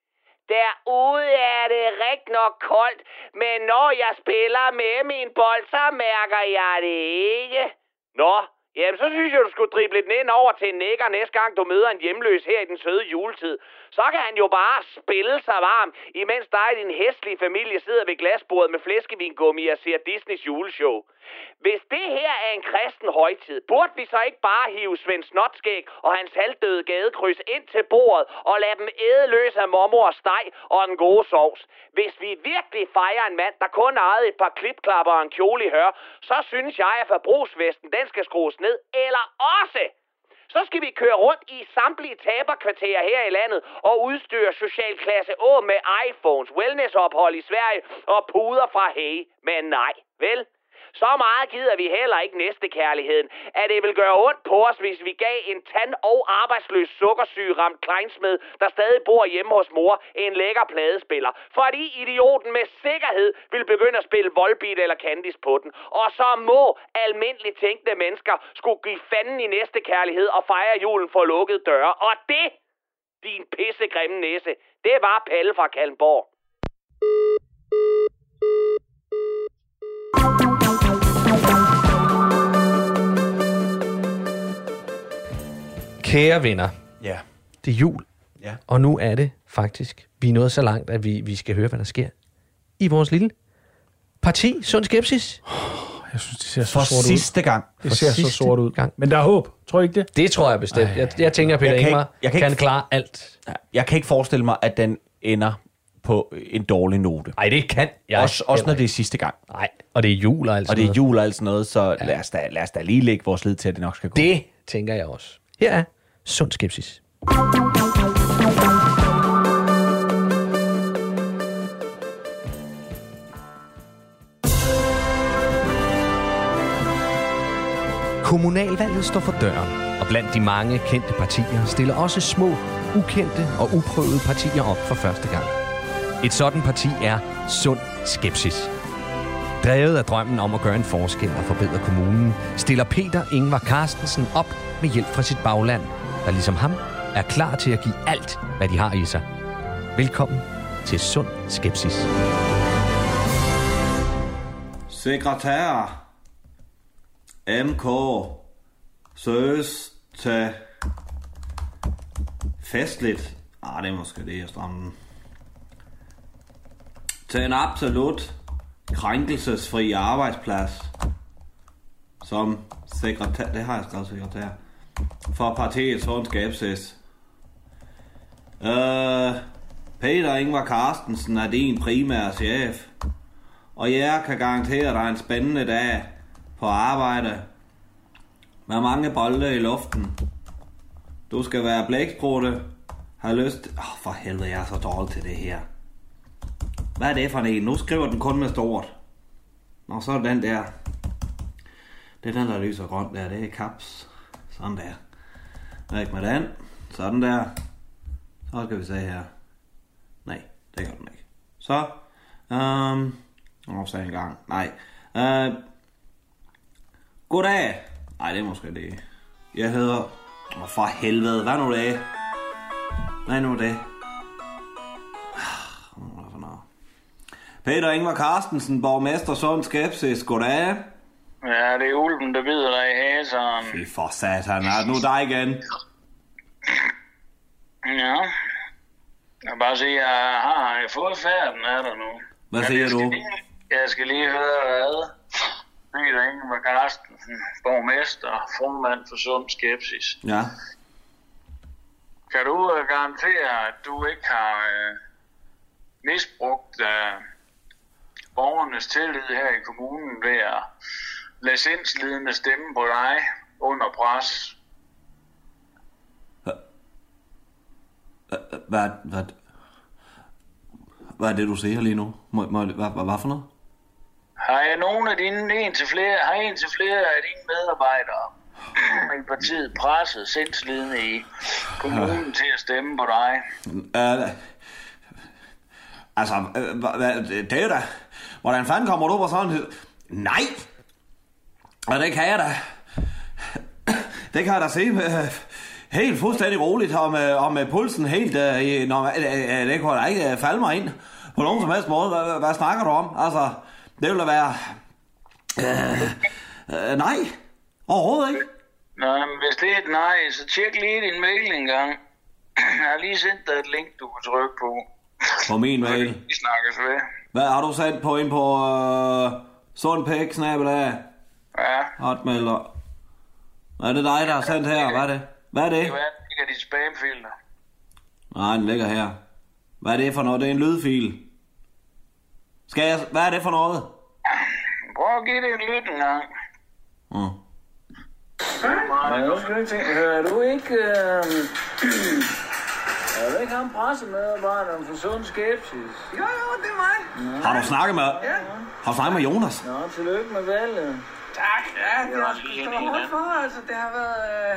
Derude er det rigtig nok koldt, men når jeg spiller med min bold, så mærker jeg det ikke. Nå, jamen så synes jeg, du skulle drible den ind over til en nækker næste gang, du møder en hjemløs her i den søde juletid. Så kan han jo bare spille sig varm, imens dig og din hæslige familie sidder ved glasbordet med flæskevingummi og ser Disneys juleshow. Hvis det her er en kristen højtid, burde vi så ikke bare hive Svend Snotskæg og hans halvdøde gadekryds ind til bordet og lade dem æde løs af mormor og steg og den gode sovs. Hvis vi virkelig fejrer en mand, der kun ejede et par klipklapper og en kjole i hør, så synes jeg, at forbrugsvesten den skal skrues ned, eller også så skal vi køre rundt i samtlige taberkvarterer her i landet og udstyre socialklasse Å med iPhones, wellnessophold i Sverige og puder fra Hey. Men nej, vel? Så meget gider vi heller ikke næstekærligheden, at det vil gøre ondt på os, hvis vi gav en tand- og arbejdsløs sukkersyge-ramt kleinsmed, der stadig bor hjemme hos mor, en lækker pladespiller. Fordi idioten med sikkerhed vil begynde at spille Volbeat eller Candice på den. Og så må almindeligt tænkende mennesker skulle give fanden i næstekærlighed og fejre julen for lukkede døre. Og det, din pissegrimme næse, det var Palle fra Kalmborg. Kære venner, ja. Det er jul, ja. Og nu er det faktisk, vi er nået så langt, at vi, vi skal høre, hvad der sker i vores lille parti, Sund Skepsis. Jeg synes, det ser så For sort ud. sidste gang. Det ser så sort ud. Gang. Men der er håb. Tror I ikke det? Det tror jeg bestemt. Jeg, jeg tænker, Peter Ingmar kan, kan ikke klare alt. Jeg kan ikke forestille mig, at den ender på en dårlig note. Nej, det kan jeg Også, også når det er sidste gang. Nej, og det er jul og alt Og det er jul og alt sådan noget, så ja. lad, os da, lad os da lige lægge vores lid til, at det nok skal gå. Det tænker jeg også. Her er Sund Skepsis. Kommunalvalget står for døren, og blandt de mange kendte partier stiller også små, ukendte og uprøvede partier op for første gang. Et sådan parti er Sund Skepsis. Drevet af drømmen om at gøre en forskel og forbedre kommunen, stiller Peter Ingvar Carstensen op med hjælp fra sit bagland, der ligesom ham er klar til at give alt, hvad de har i sig. Velkommen til Sund Skepsis. Sekretær M K søges til festligt. Ah, det er måske det, jeg strammer. Til en absolut krænkelsesfri arbejdsplads som sekretær, det har jeg skrevet sekretær, for partiet Sund Skepsis. Uh, Peter Ingvar Carstensen er din primære chef, og jeg kan garantere dig en spændende dag på arbejde med mange bolde i luften. Du skal være blæksprutte, har lyst... Åh, oh, for helvede, jeg er så dårlig til det her. Hvad er det for en? Nu skriver den kun med stort. Nå, så er den der. Det er den, der lyser grønt der. Det er caps. Sådan der. Væk med den. Sådan der. Så skal vi se her. Nej, det gør den ikke. Så. Um, Nå, så en gang. Nej. Uh, Goddag. Nej, det er måske det. Jeg hedder... Åh, oh, for helvede. Hvad nu det? Hvad nu det? Peter Ingvar Carstensen, borgmester Sund Skepsis. Goddag. Ja, det er ulven, der bider dig i hæseren. Fy for satan, er det nu dig igen? Ja. Jeg vil bare sige, at jeg har fået færden af dig nu. Hvad siger jeg du? Lige, jeg skal lige høre, hvad Peter Ingvar Carstensen, borgmester, formand for Sund Skepsis. Ja. Kan du uh, garantere, at du ikke har uh, misbrugt uh, borgernes tillid her i kommunen ved at lade sindslidende stemme på dig under pres? Hvad, hvad, hvad er det, du siger lige nu? Må, må, hvad, hvad for noget? Har jeg nogen af dine, en til flere, har en til flere af dine medarbejdere i partiet presset sindslidende i kommunen til at stemme på dig? Uh, altså, uh, det er jo da... Hvordan fanden kommer du på sådan... Nej! Og det kan jeg da... Det kan jeg da se... Uh, helt fuldstændig roligt, og med, og med pulsen helt... Uh, når, uh, uh, det kunne da ikke uh, falde mig ind på nogen som helst måde. Hvad, hvad snakker du om? Altså, det ville da være... Uh, uh, nej, overhovedet ikke. Nå, men hvis det er et nej, så tjek lige din mail en gang. Jeg har lige sendt dig et link, du kan trykke på. På min mail? Vi snakkes ved. Hvad har du sendt på ind på uh, sundpæk, snabelag? Ja. Hotmailer. Er det dig, der har sendt her? Hvad er det? Hvad er det? Det ligger dit spamfilter. Nej, den ligger her. Hvad er det for noget? Det er en lydfil. Skal jeg... Hvad er det for noget? Prøv at give det en lyt en gang. Mm. Men nu skal du ikke tænke, hører du ikke... Øh... Er du ikke ham pressemedarbejderen for Sund Skepsis? Jo, jo, det er mig. Ja. Har du snakket med... Ja. Har du snakket med Jonas? Nå, tillykke med valget. Tak, ja, det har sgu stået hårdt for, altså, det har været... Øh...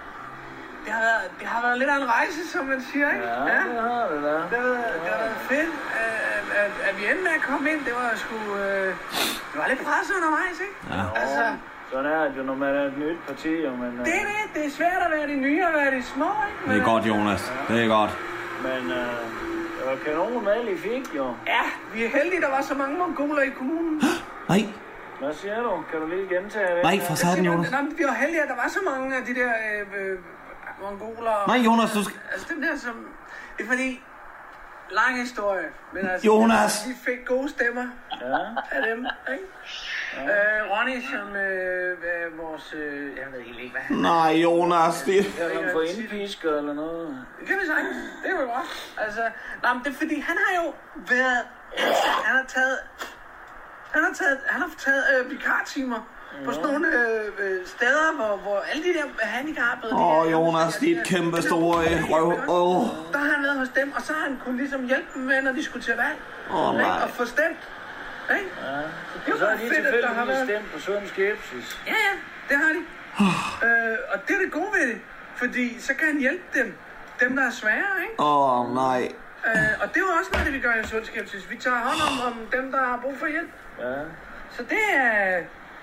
Det har, været, det har været lidt af en rejse, som man siger, ikke? Ja, ja. Det har det da. Det har, det har været fedt, at, at, at vi endte med at komme ind. Det var sgu... Øh... Det var lidt presset undervejs, ikke? Ja. Altså... Sådan er det jo, når man er et nyt parti, jo, men... Uh... Det er det. Det er svært at være de nye og være de små, ikke? Men, det er godt, Jonas. Ja. Det er godt. Men uh, det var kanonvalg, I fik, jo. Ja, vi er heldige, der var så mange mongoler i kommunen. Nej. Hvad siger du? Kan du lige gentage det? Nej, for satan, Jonas. Nej, vi var heldige, at der var så mange af de der øh, øh, mongoler. Nej, Jonas, du skal... Altså, dem der som... Det er fordi... Lang historie. Men altså... Jonas! Vi fik gode stemmer ja. af dem, ikke? Ja. Øh, Ronny, som øh, øh, vores... Øh, jeg ved helt ikke, hvad han... Nej, Jonas, det... Kan han få indpisker eller noget? Det kan vi sagtens. Det er jo godt. Altså... Nej, men det er fordi, han har jo været... Altså, han har taget... Han har taget, han har taget øh, vikartimer ja. På sådan nogle øh, steder, hvor, hvor alle de der handicappede... Åh, oh, Jonas, dit kæmpe store røv. Oh. Der har han været hos dem, og så har han kunnet ligesom hjælpe dem med, når de skulle til valg. Åh, oh, nej. Og få stemt. Ikke? Ja. Og så har de tilfældigvis været... stemt på Sund Skepsis. Ja, ja, det har de. øh, og det er det gode ved det, fordi så kan han hjælpe dem. Dem, der er svære, ikke? Åh, oh, nej. Øh, og det er jo også noget, det vi gør i Sund Skepsis. Vi tager hånd om, om dem, der har brug for hjælp. Ja. Så det er...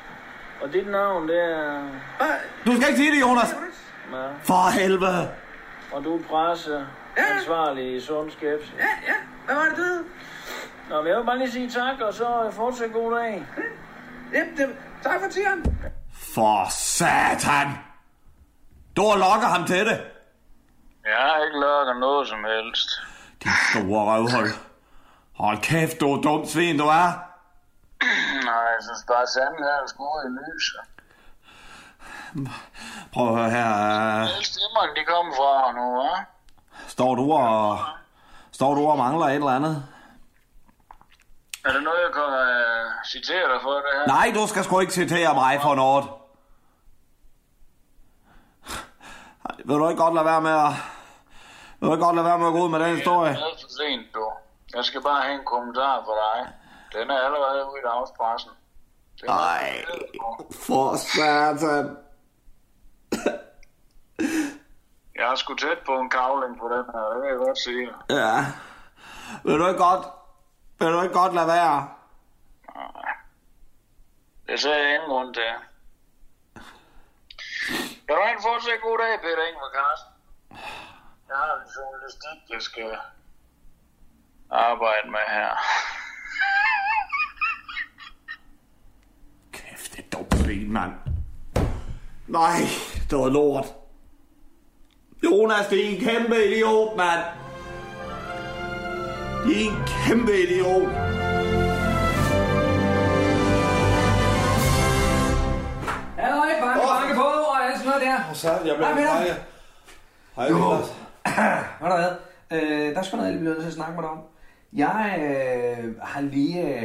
Og dit navn, det er... Du skal ikke sige det, Jonas! Ja. For helvede! Og du er presse ja. Ansvarlig i Sund Skepsis. Ja, ja. Hvad var det, du hed? Nå, men jeg vil bare lige sige tak, og så fortsæt god dag. Ja, det, tak for tieren. For satan! Du har lokket ham til det! Jeg har ikke lokket noget som helst. Din store røvhul. Hold kæft, du er dumt svin, du er. Nej, jeg synes bare, sanden her er skudt i lyset. Prøv at høre her. Alle stemmerne, de kommer fra nu, hva'? Står du og... Står du og mangler et eller andet? Er det noget, jeg kan uh, citere dig for, det her? Nej, du skal sgu ikke citere mig for noget. Vil du ikke godt lade være med at... Vil du ikke godt lade være med at gå ud med den historie? Det er for sent, du. Jeg skal bare have en kommentar for dig. Den er allerede ude i dagspressen. Nej, for satan. Jeg er sgu tæt på en kavling på den her, det kan jeg godt sige. Ja. Vil du ikke godt, vil du ikke godt lade være? Nej. Det ser jeg ingen grund til. Kan du have en fortsat god dag, Peter Ingvar Carsten? Jeg har en journalistik, jeg skal arbejde med her. Kæft, det er dumt svin, mand. Nej, det var lort. Jonas, det er en kæmpe idiot, mand. Det er en kæmpe idiot. Halløj, banke, banke på, og alt sådan noget der. Og så jeg blev Hej, Hej, Jonas. Hvad er der øh, der skal noget, jeg bliver nødt til at snakke med dig om. Jeg øh, har lige... Øh,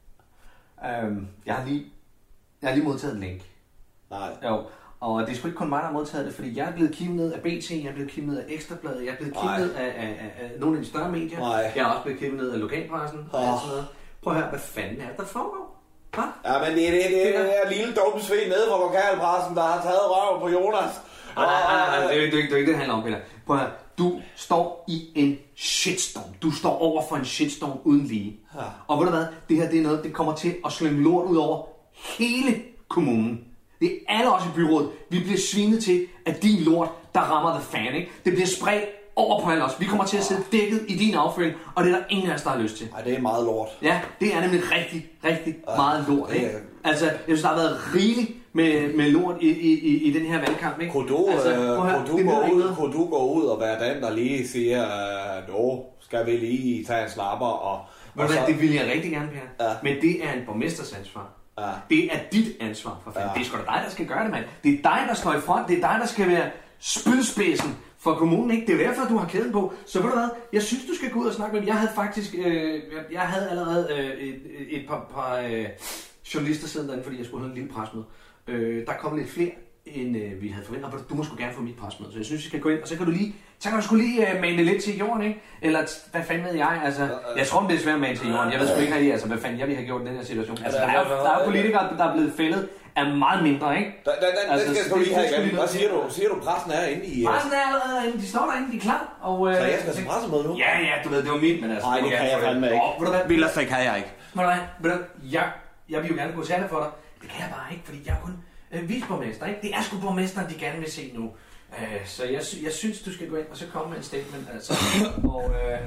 øh, jeg har lige... Jeg har lige modtaget en link. Nej. Jo. Og det er sgu ikke kun mig, der har modtaget det, fordi jeg er blevet kigget ned af B T, jeg er blevet kigget ned af Ekstrabladet, jeg er blevet kigget ned af, af, af, af nogle af de større medier. Nej. Jeg er også blevet kigget ned af lokalpressen og oh. sådan noget. Prøv at høre, hvad fanden er det, der foregår? Hva? Ja, men det er det, det, det, det er lille dumme svin nede fra lokalpressen, der har taget røven på Jonas. Nej, nej, nej, nej, det er ikke det, det handler om, Peter. Prøv at høre, du står i en shitstorm. Du står over for en shitstorm uden lige. Ja. Og ved du hvad, det her det er noget, det kommer til at slynge lort ud over hele kommunen. Det er alle os i byrådet. Vi bliver svinet til, at din lort, der rammer the fan, ikke? Det bliver spredt over på alle os. Vi kommer til at sidde dækket i din afføring, og det er der ingen af os, der har lyst til. Nej, det er meget lort. Ja, det er nemlig rigtig, rigtig ja, meget lort, ikke? Altså, jeg synes, der har været rigeligt med, med lort i, i, i, i den her valgkamp, ikke? Kunne du, altså, øh, kunne, du gå ud, kunne du gå ud og være den, der lige siger, at nu skal vi lige tage en slapper, og... og så... Det vil jeg rigtig gerne, Peter. Ja. Men det er en borgmesters ansvar. Ja. Det er dit ansvar, for fanden. Ja. Det er sgu da dig, der skal gøre det, mand. Det er dig, der står i front. Det er dig, der skal være spydspidsen for kommunen, ikke? Det er derfor, du har kæden på. Så ved du hvad? Jeg synes, du skal gå ud og snakke med dem. Jeg havde faktisk... Øh, jeg havde allerede øh, et, et par, par øh, journalister siddende derinde, fordi jeg skulle have en lille presmøde. Øh, der kom lidt flere, end øh, vi havde forventet. Og du må sgu gerne få mit presmøde. Så jeg synes, vi skal gå ind, og så kan du lige... Så kan du sgu lige øh, mane lidt til jorden, ikke? Eller hvad fanden ved jeg? Altså, jeg tror, det er svært at mane til jorden. Jeg ved sgu ikke rigtig, altså, hvad fanden jeg ville have gjort i den her situation. Altså, der er, der er politikere, der er blevet fældet af meget mindre, ikke? Den, den, den, altså, den skal du lige have igen. Hvad siger du? Siger du, pressen er inde i... Pressen er allerede inde. De står derinde, de er klar. Og, øh, så jeg skal til pressemøde nu? Ja, ja, du ved, det var mit, men altså... Nej, det kan jeg fandme ikke. Ved du hvad? Villers, det kan jeg ikke. Ved du hvad? Jeg, jeg vil jo gerne gå til for dig. Det kan jeg bare ikke, fordi jeg er kun øh, viceborgmester, ikke? Det er sgu borgmesteren, de gerne vil se nu. Uh, så jeg, jeg synes, du skal gå ind og så komme med en statement, altså, og uh,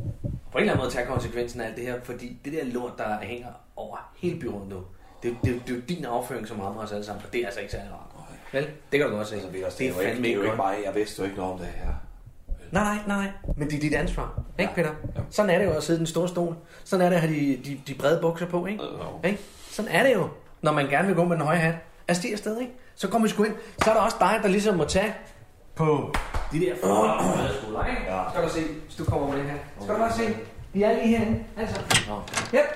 på en eller anden måde tage konsekvensen af alt det her, fordi det der lort, der hænger over hele byrådet nu, det, det, det er jo din afføring som rammer os alle sammen, og det er altså ikke særlig rart. Vel? Det kan du godt se. Altså, det er, det er, det er fandme ikke, ikke mig, jeg vidste jo ikke noget om det her. Nej, nej, nej, men det er dit ansvar, ikke Peter? Ja. Sådan er det jo at sidde i den store stol, sådan er det at have de, de, de brede bukser på, ikke? Uh-huh. Ikke? Sådan er det jo, når man gerne vil gå med den høje hat. Altså det er sted, ikke? Så kommer vi sgu ind, så er der også dig, der ligesom må tage på de der forholdsskoler, ikke? Ja. Skal du se, hvis du kommer med her. Skal du bare se, de er lige herinde. Altså. Ja. Yep.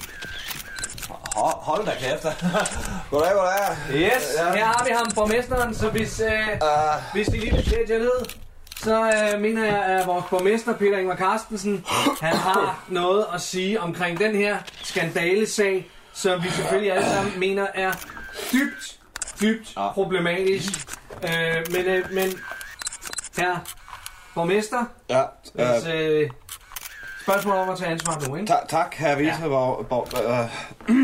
Hold, hold da kæft. Goddag, goddag. Yes, ja. Her har vi ham, borgmesteren, så hvis, øh, uh. hvis de lige vil sætte jer ned, så øh, mener jeg, at vores borgmester, Peter Ingvar Carstensen, han har noget at sige omkring den her skandalesag, som vi selvfølgelig alle sammen mener er dybt, dybt ja. problematisk. Øh, men, øh, men herre borgmester, ja, hvis, øh, spørgsmål om at tage ansvar nu, ikke? Ta- tak, herre viceborg. Ja. Uh,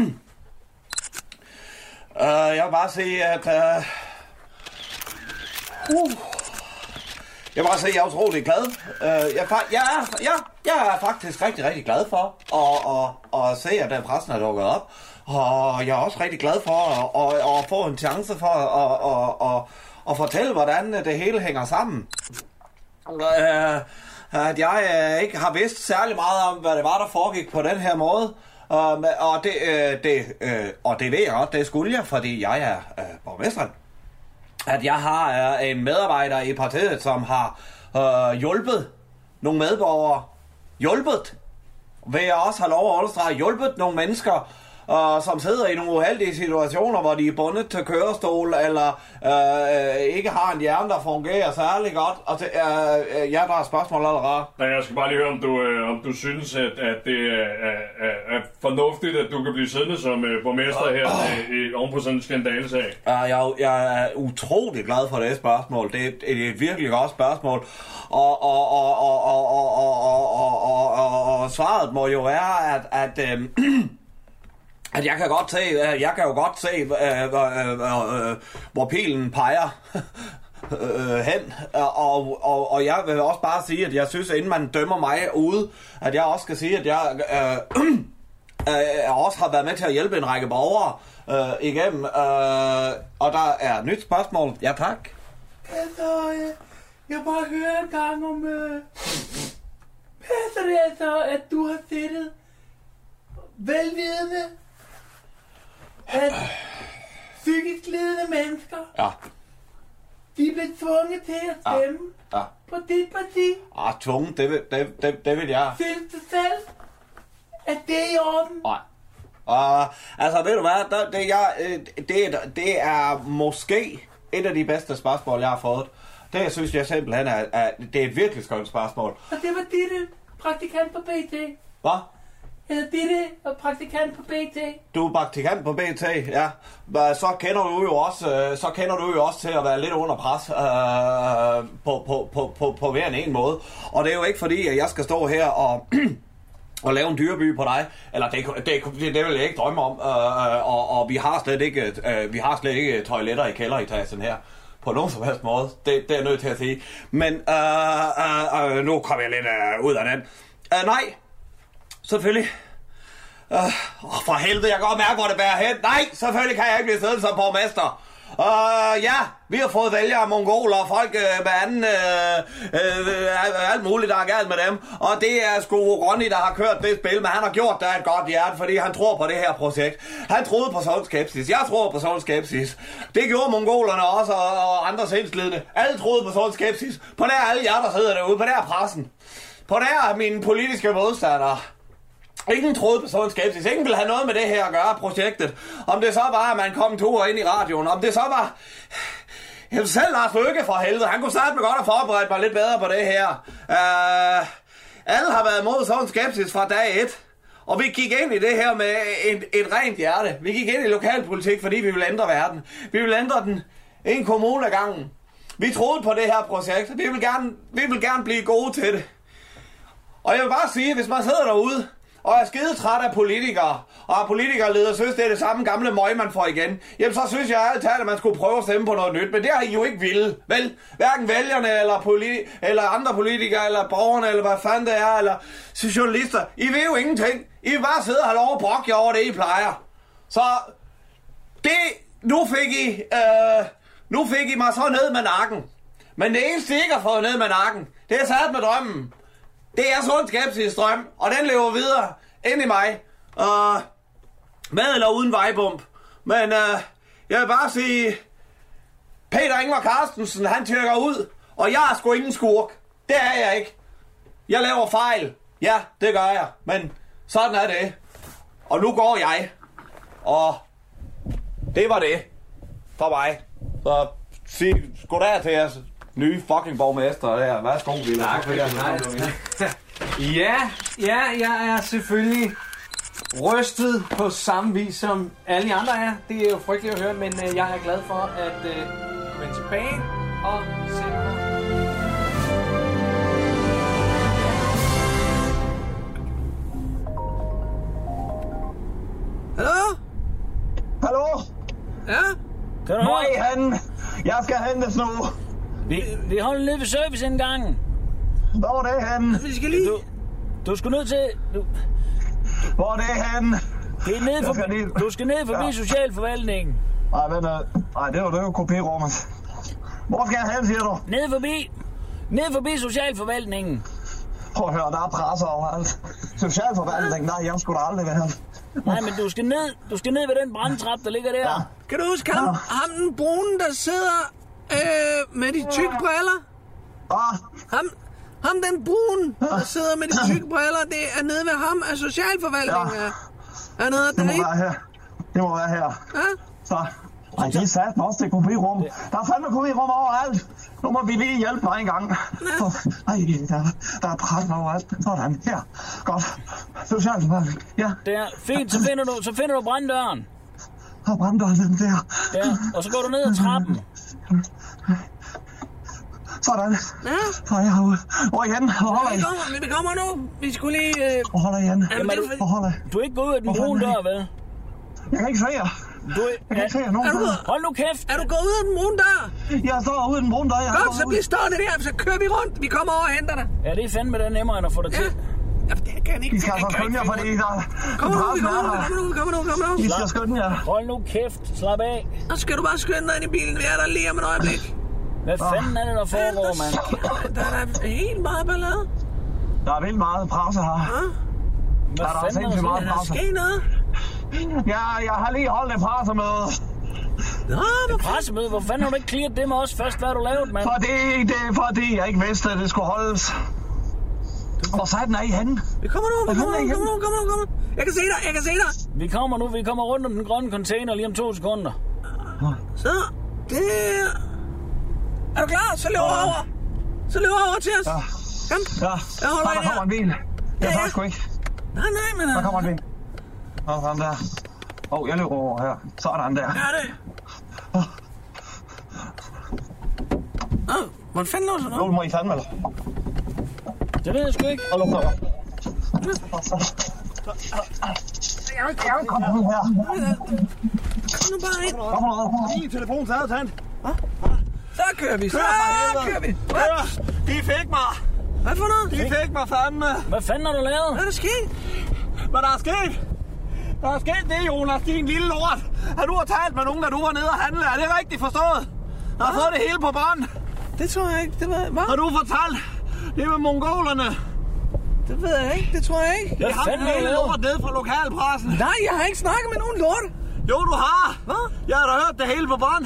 uh, jeg vil bare sige, at... Uh, uh, jeg vil bare sige, at jeg er utrolig glad. Uh, jeg, jeg, er, jeg, jeg er faktisk rigtig, rigtig glad for at, at, at se, at den pressen er dukket op. Og jeg er også rigtig glad for at, at, at få en chance for at, at, at, at fortælle, hvordan det hele hænger sammen. Uh, at jeg uh, ikke har vidst særlig meget om, hvad det var, der foregik på den her måde. Uh, og, det, uh, det, uh, og det ved jeg godt, det skulle jeg, fordi jeg er uh, borgmesteren. At jeg har uh, en medarbejder i partiet, som har uh, hjulpet nogle medborgere. Hjulpet, vil jeg også have lov at understrege, hjulpet nogle mennesker, uh, som sidder i nogle uheldige situationer, hvor de er bundet til kørestol, eller uh, ikke har en hjerne, der fungerer særlig godt. Og det, uh, uh, ja, der er spørgsmål allerede. Nej, jeg skal bare lige høre, om du, uh, om du synes, at, at det er, er, er fornuftigt, at du kan blive siddende som uh, borgmester her uh, i, oven på sådan en skandalesag. Uh, jeg, jeg er utrolig glad for det spørgsmål. Det er, det er et virkelig godt spørgsmål. Og, og, og, og, og, og, og, og, og, og, og svaret må jo være, at, at, øhm, at jeg kan godt se, jeg kan jo godt se, øh, øh, øh, hvor pilen peger øh, hen. Og, og, og jeg vil også bare sige, at jeg synes, inden man dømmer mig ude, at jeg også skal sige, at jeg øh, øh, også har været med til at hjælpe en række borgere øh, igennem. Øh, og der er et nyt spørgsmål. Ja, tak. Altså, jeg, jeg vil bare høre en gang om... Øh, passer det altså, at du har siddet velvidende, at psykisk lidende mennesker, ja. de blev tvunget til at stemme ja. Ja. på dit parti? Ah, tvunget, det vil, det, det, det vil jeg. Synes du selv, at det er i orden? Nej. Uh, altså, ved du hvad, der, det, jeg, det, det er måske et af de bedste spørgsmål, jeg har fået. Det synes jeg simpelthen er, er det er et virkelig skønt spørgsmål. Og det var Ditte, praktikant på B T. Hvad? Eller Ditte og praktikant på B T. Du er praktikant på B T, ja. Så kender du jo også, så kender du jo også til at være lidt under pres øh, på, på, på, på, på hver en måde. Og det er jo ikke fordi, at jeg skal stå her og... og lave en dyreby på dig, eller det, det, det, det vil jeg ikke drømme om, øh, og, og vi har slet ikke, øh, vi har slet ikke toiletter i kælderetagen her, på nogen som helst måde, det, det er jeg nødt til at sige, men øh, øh, øh, nu kommer jeg lidt øh, ud af den. Øh, nej, selvfølgelig, øh, for helvede, jeg kan godt mærke, hvor det bærer hen, nej, selvfølgelig kan jeg ikke blive siddende som borgmester. Uh, ja, vi har fået vælgere, mongoler og folk uh, med anden, uh, uh, alt muligt, der er galt med dem. Og det er sgu Ronny, der har kørt det spil, men han har gjort det af et godt hjerte, fordi han tror på det her projekt. Han troede på sådan skepsis. Jeg tror på sådan skepsis. Det gjorde mongolerne også, og, og andre sindslidende. Alle troede på sådan skepsis. På nær alle jer, der sidder derude. På nær pressen. På nær mine politiske modstandere. Ingen troede på sådan skepsis. Ingen ville have noget med det her at gøre, projektet. Om det så var, at man kom en tur ind i radioen. Om det så var... Jeg selv Lars Løkke for helvede. Han kunne starte med godt at forberede mig lidt bedre på det her. Uh, alle har været imod sådan skepsis fra dag et. Og vi gik ind i det her med et, et rent hjerte. Vi gik ind i lokalpolitik, fordi vi ville ændre verden. Vi ville ændre den en kommune ad gangen. Vi troede på det her projekt. Vi vil gerne, vi vil gerne blive gode til det. Og jeg vil bare sige, hvis man sidder derude og er skide træt af politikere, og politikerledere synes, det er det samme gamle møg, man får igen, jamen så synes jeg altid, at man skulle prøve at stemme på noget nyt. Men det har I jo ikke ville, vel? Hverken vælgerne, eller, politi- eller andre politikere, eller borgerne, eller hvad fanden det er, eller journalister. I ved jo ingenting. I vil bare sidde og have lov at brokke jer over det, I plejer. Så det, nu fik I, øh, nu fik I mig så ned med nakken. Men det eneste, I ikke har fået ned med nakken, det er sat med drømmen. Det er sådan en skepsis drøm, og den lever videre ind i mig. Uh, med eller uden vejbump. Men uh, jeg vil bare sige, Peter Ingvar Carstensen, han tyrker ud, og jeg er sgu ingen skurk. Det er jeg ikke. Jeg laver fejl. Ja, det gør jeg. Men sådan er det. Og nu går jeg. Og det var det for mig. Så sig goddag til jeres nye fucking borgmester der. Værsgo, Ville. Tak for det. Ja, ja, jeg er selvfølgelig rystet på samme vis som alle de andre er. Det er jo frygteligt at høre, men øh, jeg er glad for at øh, vende tilbage og se på. Hallo? Hallo? Ja? Hvor er I henne? Jeg skal hentes nu. Vi, vi holder nede ved serviceindgangen. Hvor er det henne? Vi skal lige... Du, du skal ned til... Du... Hvor er det henne? Det er nede forbi... Lige... Du skal ned forbi ja. Socialforvaltningen. Nej, vent. Nej, det var det jo kopirummet. Hvor skal jeg hen, siger du? Ned forbi... Ned forbi Socialforvaltningen. Prøv at høre, der er presser overalt. Socialforvaltningen, nej, jeg skulle da aldrig være her. Nej, men du skal ned, du skal ned ved den brandtrap, der ligger der. Ja. Kan du huske ham, ja. ham den brune, der sidder øh, med de tykke briller? Ja. Ham, ham den brune, der sidder med de tykke briller, det er nede ved ham af Socialforvaltningen. Ja. Er der noget Det må deri? være her. Det må være her. Ja? Så. Ej, det er sat også det kopirum. Der er fandme kopirum overalt. Nu må vi lige hjælpe mig en gang. Ej, der, der er pressen overalt. Sådan, her. Godt. Socialforvaltning. Ja. Der, fint, så finder du, så finder du branddøren. Og branddøren, den der. Ja, og så går du ned ad trappen. Sådan. Ja? Så er jeg herude. Hvor igen? Hvor holder I? Vi kommer, vi kommer nu. Vi skulle lige... Øh... Hvor holder I igen? Jamen, du, Hvor holder I? du er ikke gået ud af den brune dør, vel? Jeg kan ikke se jer. Du er, jeg kan ikke se jer nogen er du, Hold nu kæft. Er du gået ud af den brune dør? Jeg står ude af den brune dør. Godt, så bliv stående der, så kører vi rundt. Vi kommer over og henter dig. Ja, det er fandme det nemmere, end at få dig til. Ja, det kan ikke. I skal altså skynde jer, fordi der... Kom nu, kom nu, kom nu, kom nu, kom nu. I skal skynde jer. Hold nu kæft, slap af. Så skal du bare skynde dig ind i bilen. Vi er der lige om et øjeblik. Hvad fanden er det, der foregår, mand? Der er da helt meget ballade. Der er vildt meget presse her. Hvad der er fanden sindssygt meget er der presse. sket noget? Ja, jeg har lige holdt en pressemøde. Nå, et pressemøde? Hvor fanden har du ikke clearet det med os først? Hvad har du lavet, mand? Fordi, det er fordi, jeg ikke vidste, at det skulle holdes. Hvor satan er I henne? Vi kommer nu, vi kommer nu, kommer nu, kommer nu, kommer nu. Jeg kan se dig, jeg kan se dig. Vi kommer nu, vi kommer rundt om den grønne container lige om to sekunder. Så, det... Er du klar? Så løber ja. over. Så løber over til os. Ja. Kom. Ja. Jeg holder der ind her. kommer en bil. Jeg tager sgu ikke. Nej, nej, men... Der kommer en bil. Sådan der. Åh, oh, jeg løber over her. Sådan der. Ja, det. Åh, oh, hvordan fanden lå sådan noget? Nu må I fandme, eller? Det ved jeg sgu ikke. Og luk dig. Jeg vil komme ud her. Kom nu bare ind. Kom nu. Min telefon taget, tand. Hvad? Så kører vi, så kører vi. Hvad? De fik mig. Hvad for noget? De fik mig fandme. Hvad fanden har du lavet? Hvad er der sket? Hvad der er sket? Der er sket det, Jonas, din lille lort. Har du har talt med nogen, da du var nede og handle? Er det rigtigt forstået? Jeg har fået det hele på bånd. Det tror jeg ikke. Det var... Hvad? Har du fortalt? Det med mongolerne. Det ved jeg ikke. Det tror jeg ikke. Jeg har den hele lort ned fra lokalpressen. Nej, jeg har ikke snakket med nogen lort. Jo, du har. Hvad? Jeg har da hørt det hele på bånd.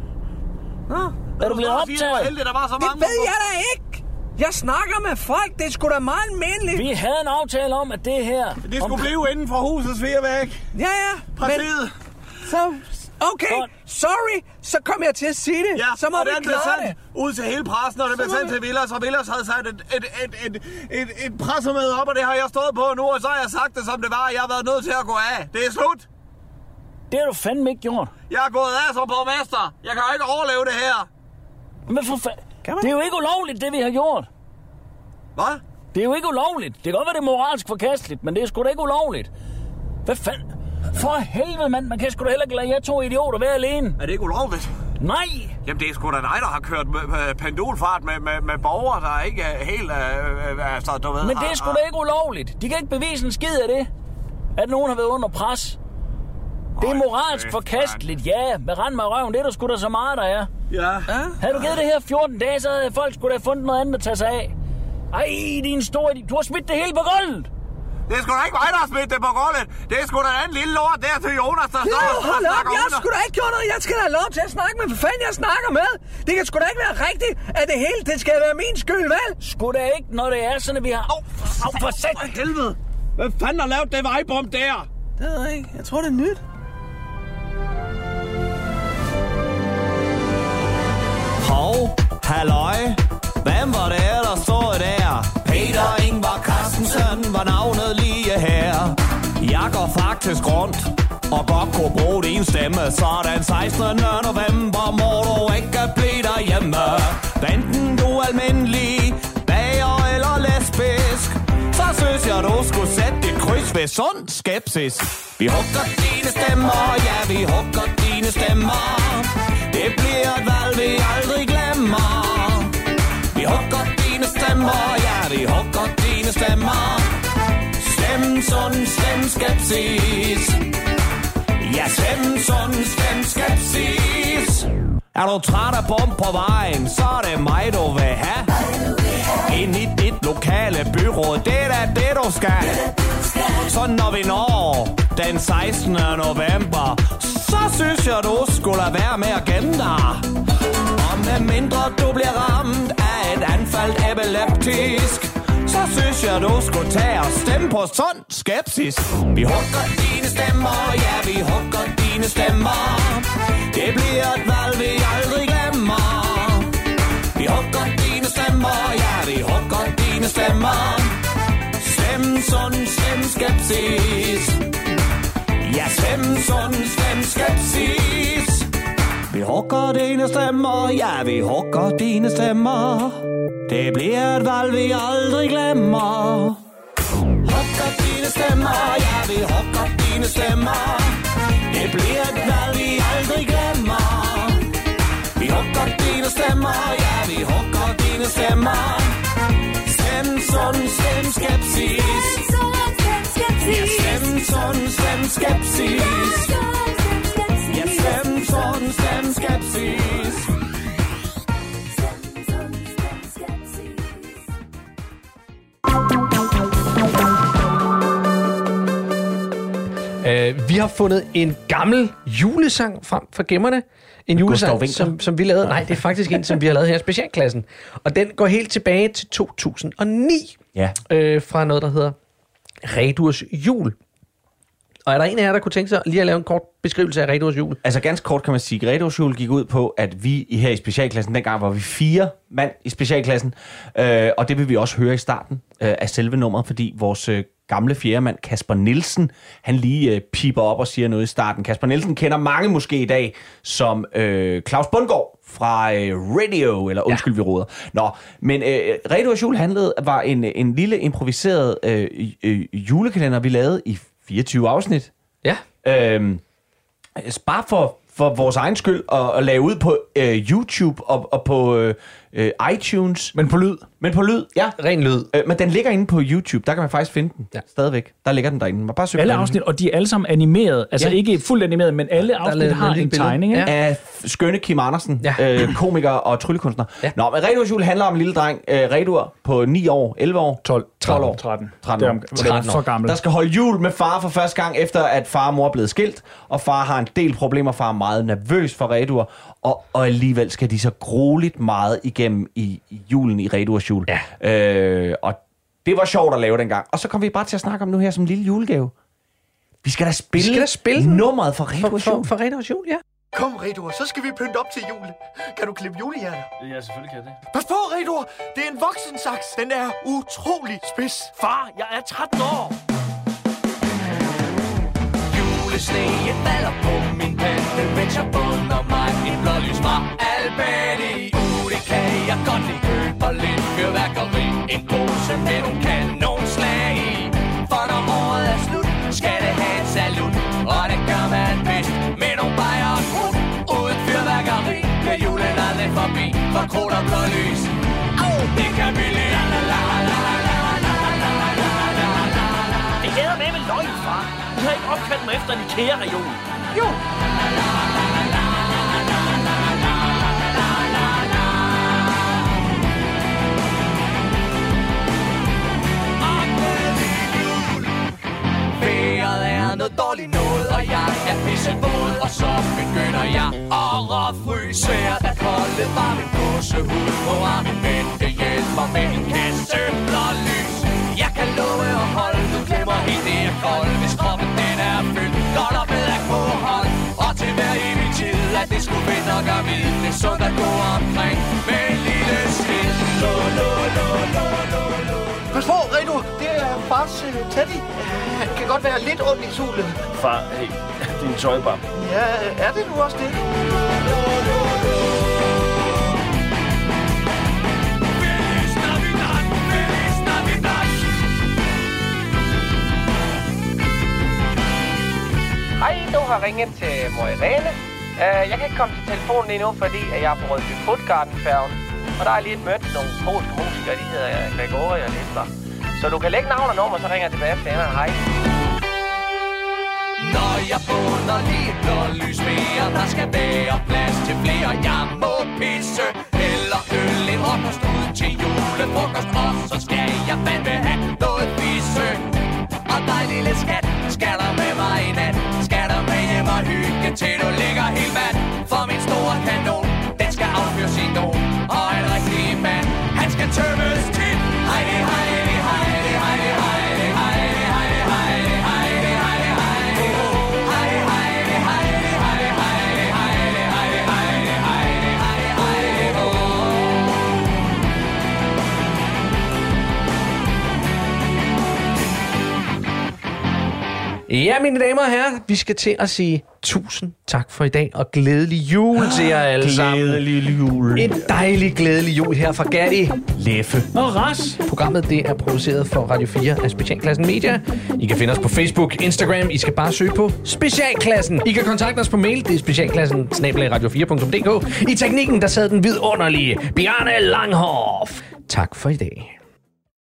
Nå. Er du blevet optaget? Heldig, der var så det mange ved jeg da ikke. Jeg snakker med folk. Det er sgu da meget almindeligt. Vi havde en aftale om, at det her... Det skulle om... blive inden for husets fire væg. Ja, ja. Præcis. Så... Okay, God. Sorry, så kom jeg til at sige det. Ja, så må vi klare det. Ud til hele pressen, og det blev sendt til Villas, og Villas havde sat et, et, et, et, et, et pressemøde op, og det har jeg stået på nu, og så har jeg sagt det, som det var, og jeg har været nødt til at gå af. Det er slut. Det har du fandme ikke gjort. Jeg er gået af som borgmester. Jeg kan jo ikke overleve det her. Men for fanden... Det er jo ikke ulovligt, det vi har gjort. Hvad? Det er jo ikke ulovligt. Det kan godt være, det er moralsk forkasteligt, men det er sgu da ikke ulovligt. Hvad fanden? For helvede, mand. Man kan sgu da heller ikke lade jer to idioter være alene. Er det ikke ulovligt? Nej. Jamen, det er sgu da dig, der har kørt med, med pendulfart med, med, med borgere, der ikke er helt... Øh, altså, du ved... Men det er sgu da ikke ulovligt. De kan ikke bevise en skid af det. At nogen har været under pres. Det er moralsk forkasteligt, ja. Med rand med røven, det er der sgu da så meget, der er. Ja. Havde du givet det her fjorten dage, så havde folk sgu da fundet noget andet at tage sig af. Ej, din store... Du har smidt det hele på gulvet. Det er sgu da ikke mig, der har smidt det på gulvet. Det er sgu da en lille lort der til Jonas, der står og hold op, jeg har under. sgu da ikke gjort noget. Jeg skal da have lov til at snakke med, hvad fanden jeg snakker med. Det kan sgu da ikke være rigtigt, at det hele, det skal være min skyld, vel? Sgu da ikke, når det er sådan, at vi har... Au, au, for sæt! Helvede. Hvad fanden har lavet det vejbom der? Det ved jeg ikke. Jeg tror, det er nyt. Hov, halløj. Hvem var det, der stod der? Peter Ingvar Carstensen var navnet lige her. Jeg går faktisk rundt og godt kunne bruge din stemme. Så den sekstende november må du ikke blive derhjemme. Enten du er almindelig, bager eller lesbisk, så synes jeg, du skulle sætte dit kryds ved sund skepsis. Vi hugger dine stemmer, ja, vi hugger dine stemmer. Det bliver et valg, vi aldrig glemmer. Vi hugger dine stemmer, ja, vi hugger dine stemmer. Stem sund, stem skepsis. Ja, stem sund, stem skepsis. Er du træt af bum på vejen, så er det mig, du vil have. Ind i dit lokale byråd, det er da det, du skal. Så når vi når den sekstende november, så synes jeg, du skulle lade være med at gemme dig. Og med mindre du bliver ramt af et anfald epileptisk, så synes jeg, du skulle tage og stemme på sådan skepsis. Vi hugger dine stemmer, ja, vi hugger dine stemmer. Det bliver et valg, vi aldrig glemmer. Vi hugger dine stemmer, ja, vi hugger dine stemmer. Stem sådan, stem skepsis. Ja, stem sådan, stem skepsis. Vi hugger dine stemmer, ja, vi hugger dine stemmer. Det bliver et valg, vi aldrig glemmer. Hugger dine stemmer, ja, vi hugger dine stemmer. Det bliver et valg, vi aldrig glemmer. Vi hugger dine stemmer, ja, vi hugger dine stemmer. Stem sådan, stem skepsis. Ja, stem sådan, stem skepsis. Ja, stem sådan, stem skepsis. Uh, vi har fundet en gammel julesang frem fra gemmerne. En julesang, som, som vi lavede. Nej, det er faktisk en, som vi har lavet her i specialklassen. Og den går helt tilbage til to tusind og ni. Ja. Uh, fra noget, der hedder Redurs Jul. Og er der en af jer, der kunne tænke sig lige at lave en kort beskrivelse af Redurs Jul? Altså ganske kort kan man sige, at Redurs Jul gik ud på, at vi her i specialklassen, dengang var vi fire mand i specialklassen, øh, og det vil vi også høre i starten øh, af selve nummeret, fordi vores øh, gamle fjerdemand, Kasper Nielsen, han lige øh, piper op og siger noget i starten. Kasper Nielsen kender mange måske i dag som øh, Claus Bundgaard fra øh, Radio, eller undskyld, ja. Vi råder. Nå, men øh, Redurs Jul handlede, var en, en lille improviseret øh, øh, julekalender, vi lavede i fireogtyve afsnit. Ja. Øhm, bare for, for vores egen skyld at, at lave ud på øh, YouTube og, og på øh, øh, iTunes. Men på lyd. Men på lyd, ja. Ren lyd. Øh, men den ligger inde på YouTube. Der kan man faktisk finde den. Ja. Stadigvæk. Der ligger den derinde. Man bare alle afsnit, og de er alle sammen animeret. Altså ja. Ikke fuldt animeret, men alle afsnit har en tegning. Ja. Af skønne Kim Andersen, ja. øh, komiker og tryllekunstner. Ja. Nå, men Redurs Jul handler om en lille dreng, øh, Redur, på ni år, elleve år, tolv, tolv år. tretten. tretten år. tretten år. For gammel. Der skal holde jul med far for første gang, efter at far og mor er blevet skilt, og far har en del problemer. Far er meget nervøs for Redur, og, og alligevel skal de så grueligt meget igennem i, i julen i Redurs Jul. Ja. Øh, og det var sjovt at lave dengang. Og så kom vi bare til at snakke om nu her som en lille julegave. Vi skal da spille, vi skal da spille nummeret for Redurs Jul. For, for Redurs Jul, ja. Kom, Redur, så skal vi pynte op til jul. Kan du klippe julehjerner? Ja, selvfølgelig kan jeg det. Pas på, Redur! Det er en voksensaks. Den er utrolig spids. Far, jeg er tretten år. Julesneen falder på min pande, mens jeg bunder mig en blålys fra Albany. Uh, det kan jeg godt lide. Køber lidt fyrværkeri, en pose med nogle kanonslag i. For når året er slut, skal det have en salut. Og det gør man bedst med nogle bajer og krudt. Uden fyrværkeri bliver julen aldrig forbi. For krudt og blålys, oh, det kan vi lide. Det æder med med løgn, far. Du har ikke opkaldt mig efter en IKEA-reol. Jo. Vejret er noget dårligt noget, og jeg er pissevåd, og så begynder jeg at råfryse. Svært at holde varm en gåsehud på armen, men det hjælper med en kasse blålys. Jeg kan love at holde, du glemmer helt det er kold, hvis kroppen den er fyldt godt og med alkohol. Og til hver evig tid, at det skulle vinde og gøre vid, det er sundt at gå omkring med en lille skridt. Lo, lo, lo, lo, lo, lo. Pas på, Redur, det er fars uh, Teddy. Han kan godt være lidt ondt i solen. Far, hey, din tøjbam. Ja, er det nu også det? Hej, du har ringet til Mor Irene. Uh, jeg kan ikke komme til telefonen endnu, fordi jeg er på Rødby Foodgarden-færgen. Og der er lige et møde med nogle polske musikere, de hedder Gregori og Lesler. Så du kan lægge navn og nummer, så ringer jeg tilbage efter hende. Hej. Når jeg bunder lige et blålys mere, der skal være plads til flere. Jeg må pisse eller øl en rådkost ud til julefrokost. Og så skal jeg fandme have noget fisse. Og dig lille skat, skal der med mig i nat. Skal der med hjem og hygge til du ligger helt vand. For min store kanon, den skal affyre sin don. Og en rigtig mand, han skal tømmes til. Hej, hej, hej. Ja, mine damer og herrer, vi skal til at sige tusind tak for i dag, og glædelig jul til jer alle sammen. Glædelig jul. En dejlig glædelig jul her fra Gatti, Leffe og Ras. Programmet det er produceret for Radio fire af Specialklassen Media. I kan finde os på Facebook, Instagram. I skal bare søge på Specialklassen. I kan kontakte os på mail. Det er specialklassen snabel-a radio fire punktum d k. I teknikken der sad den vidunderlige Bjarne Langhoff. Tak for i dag.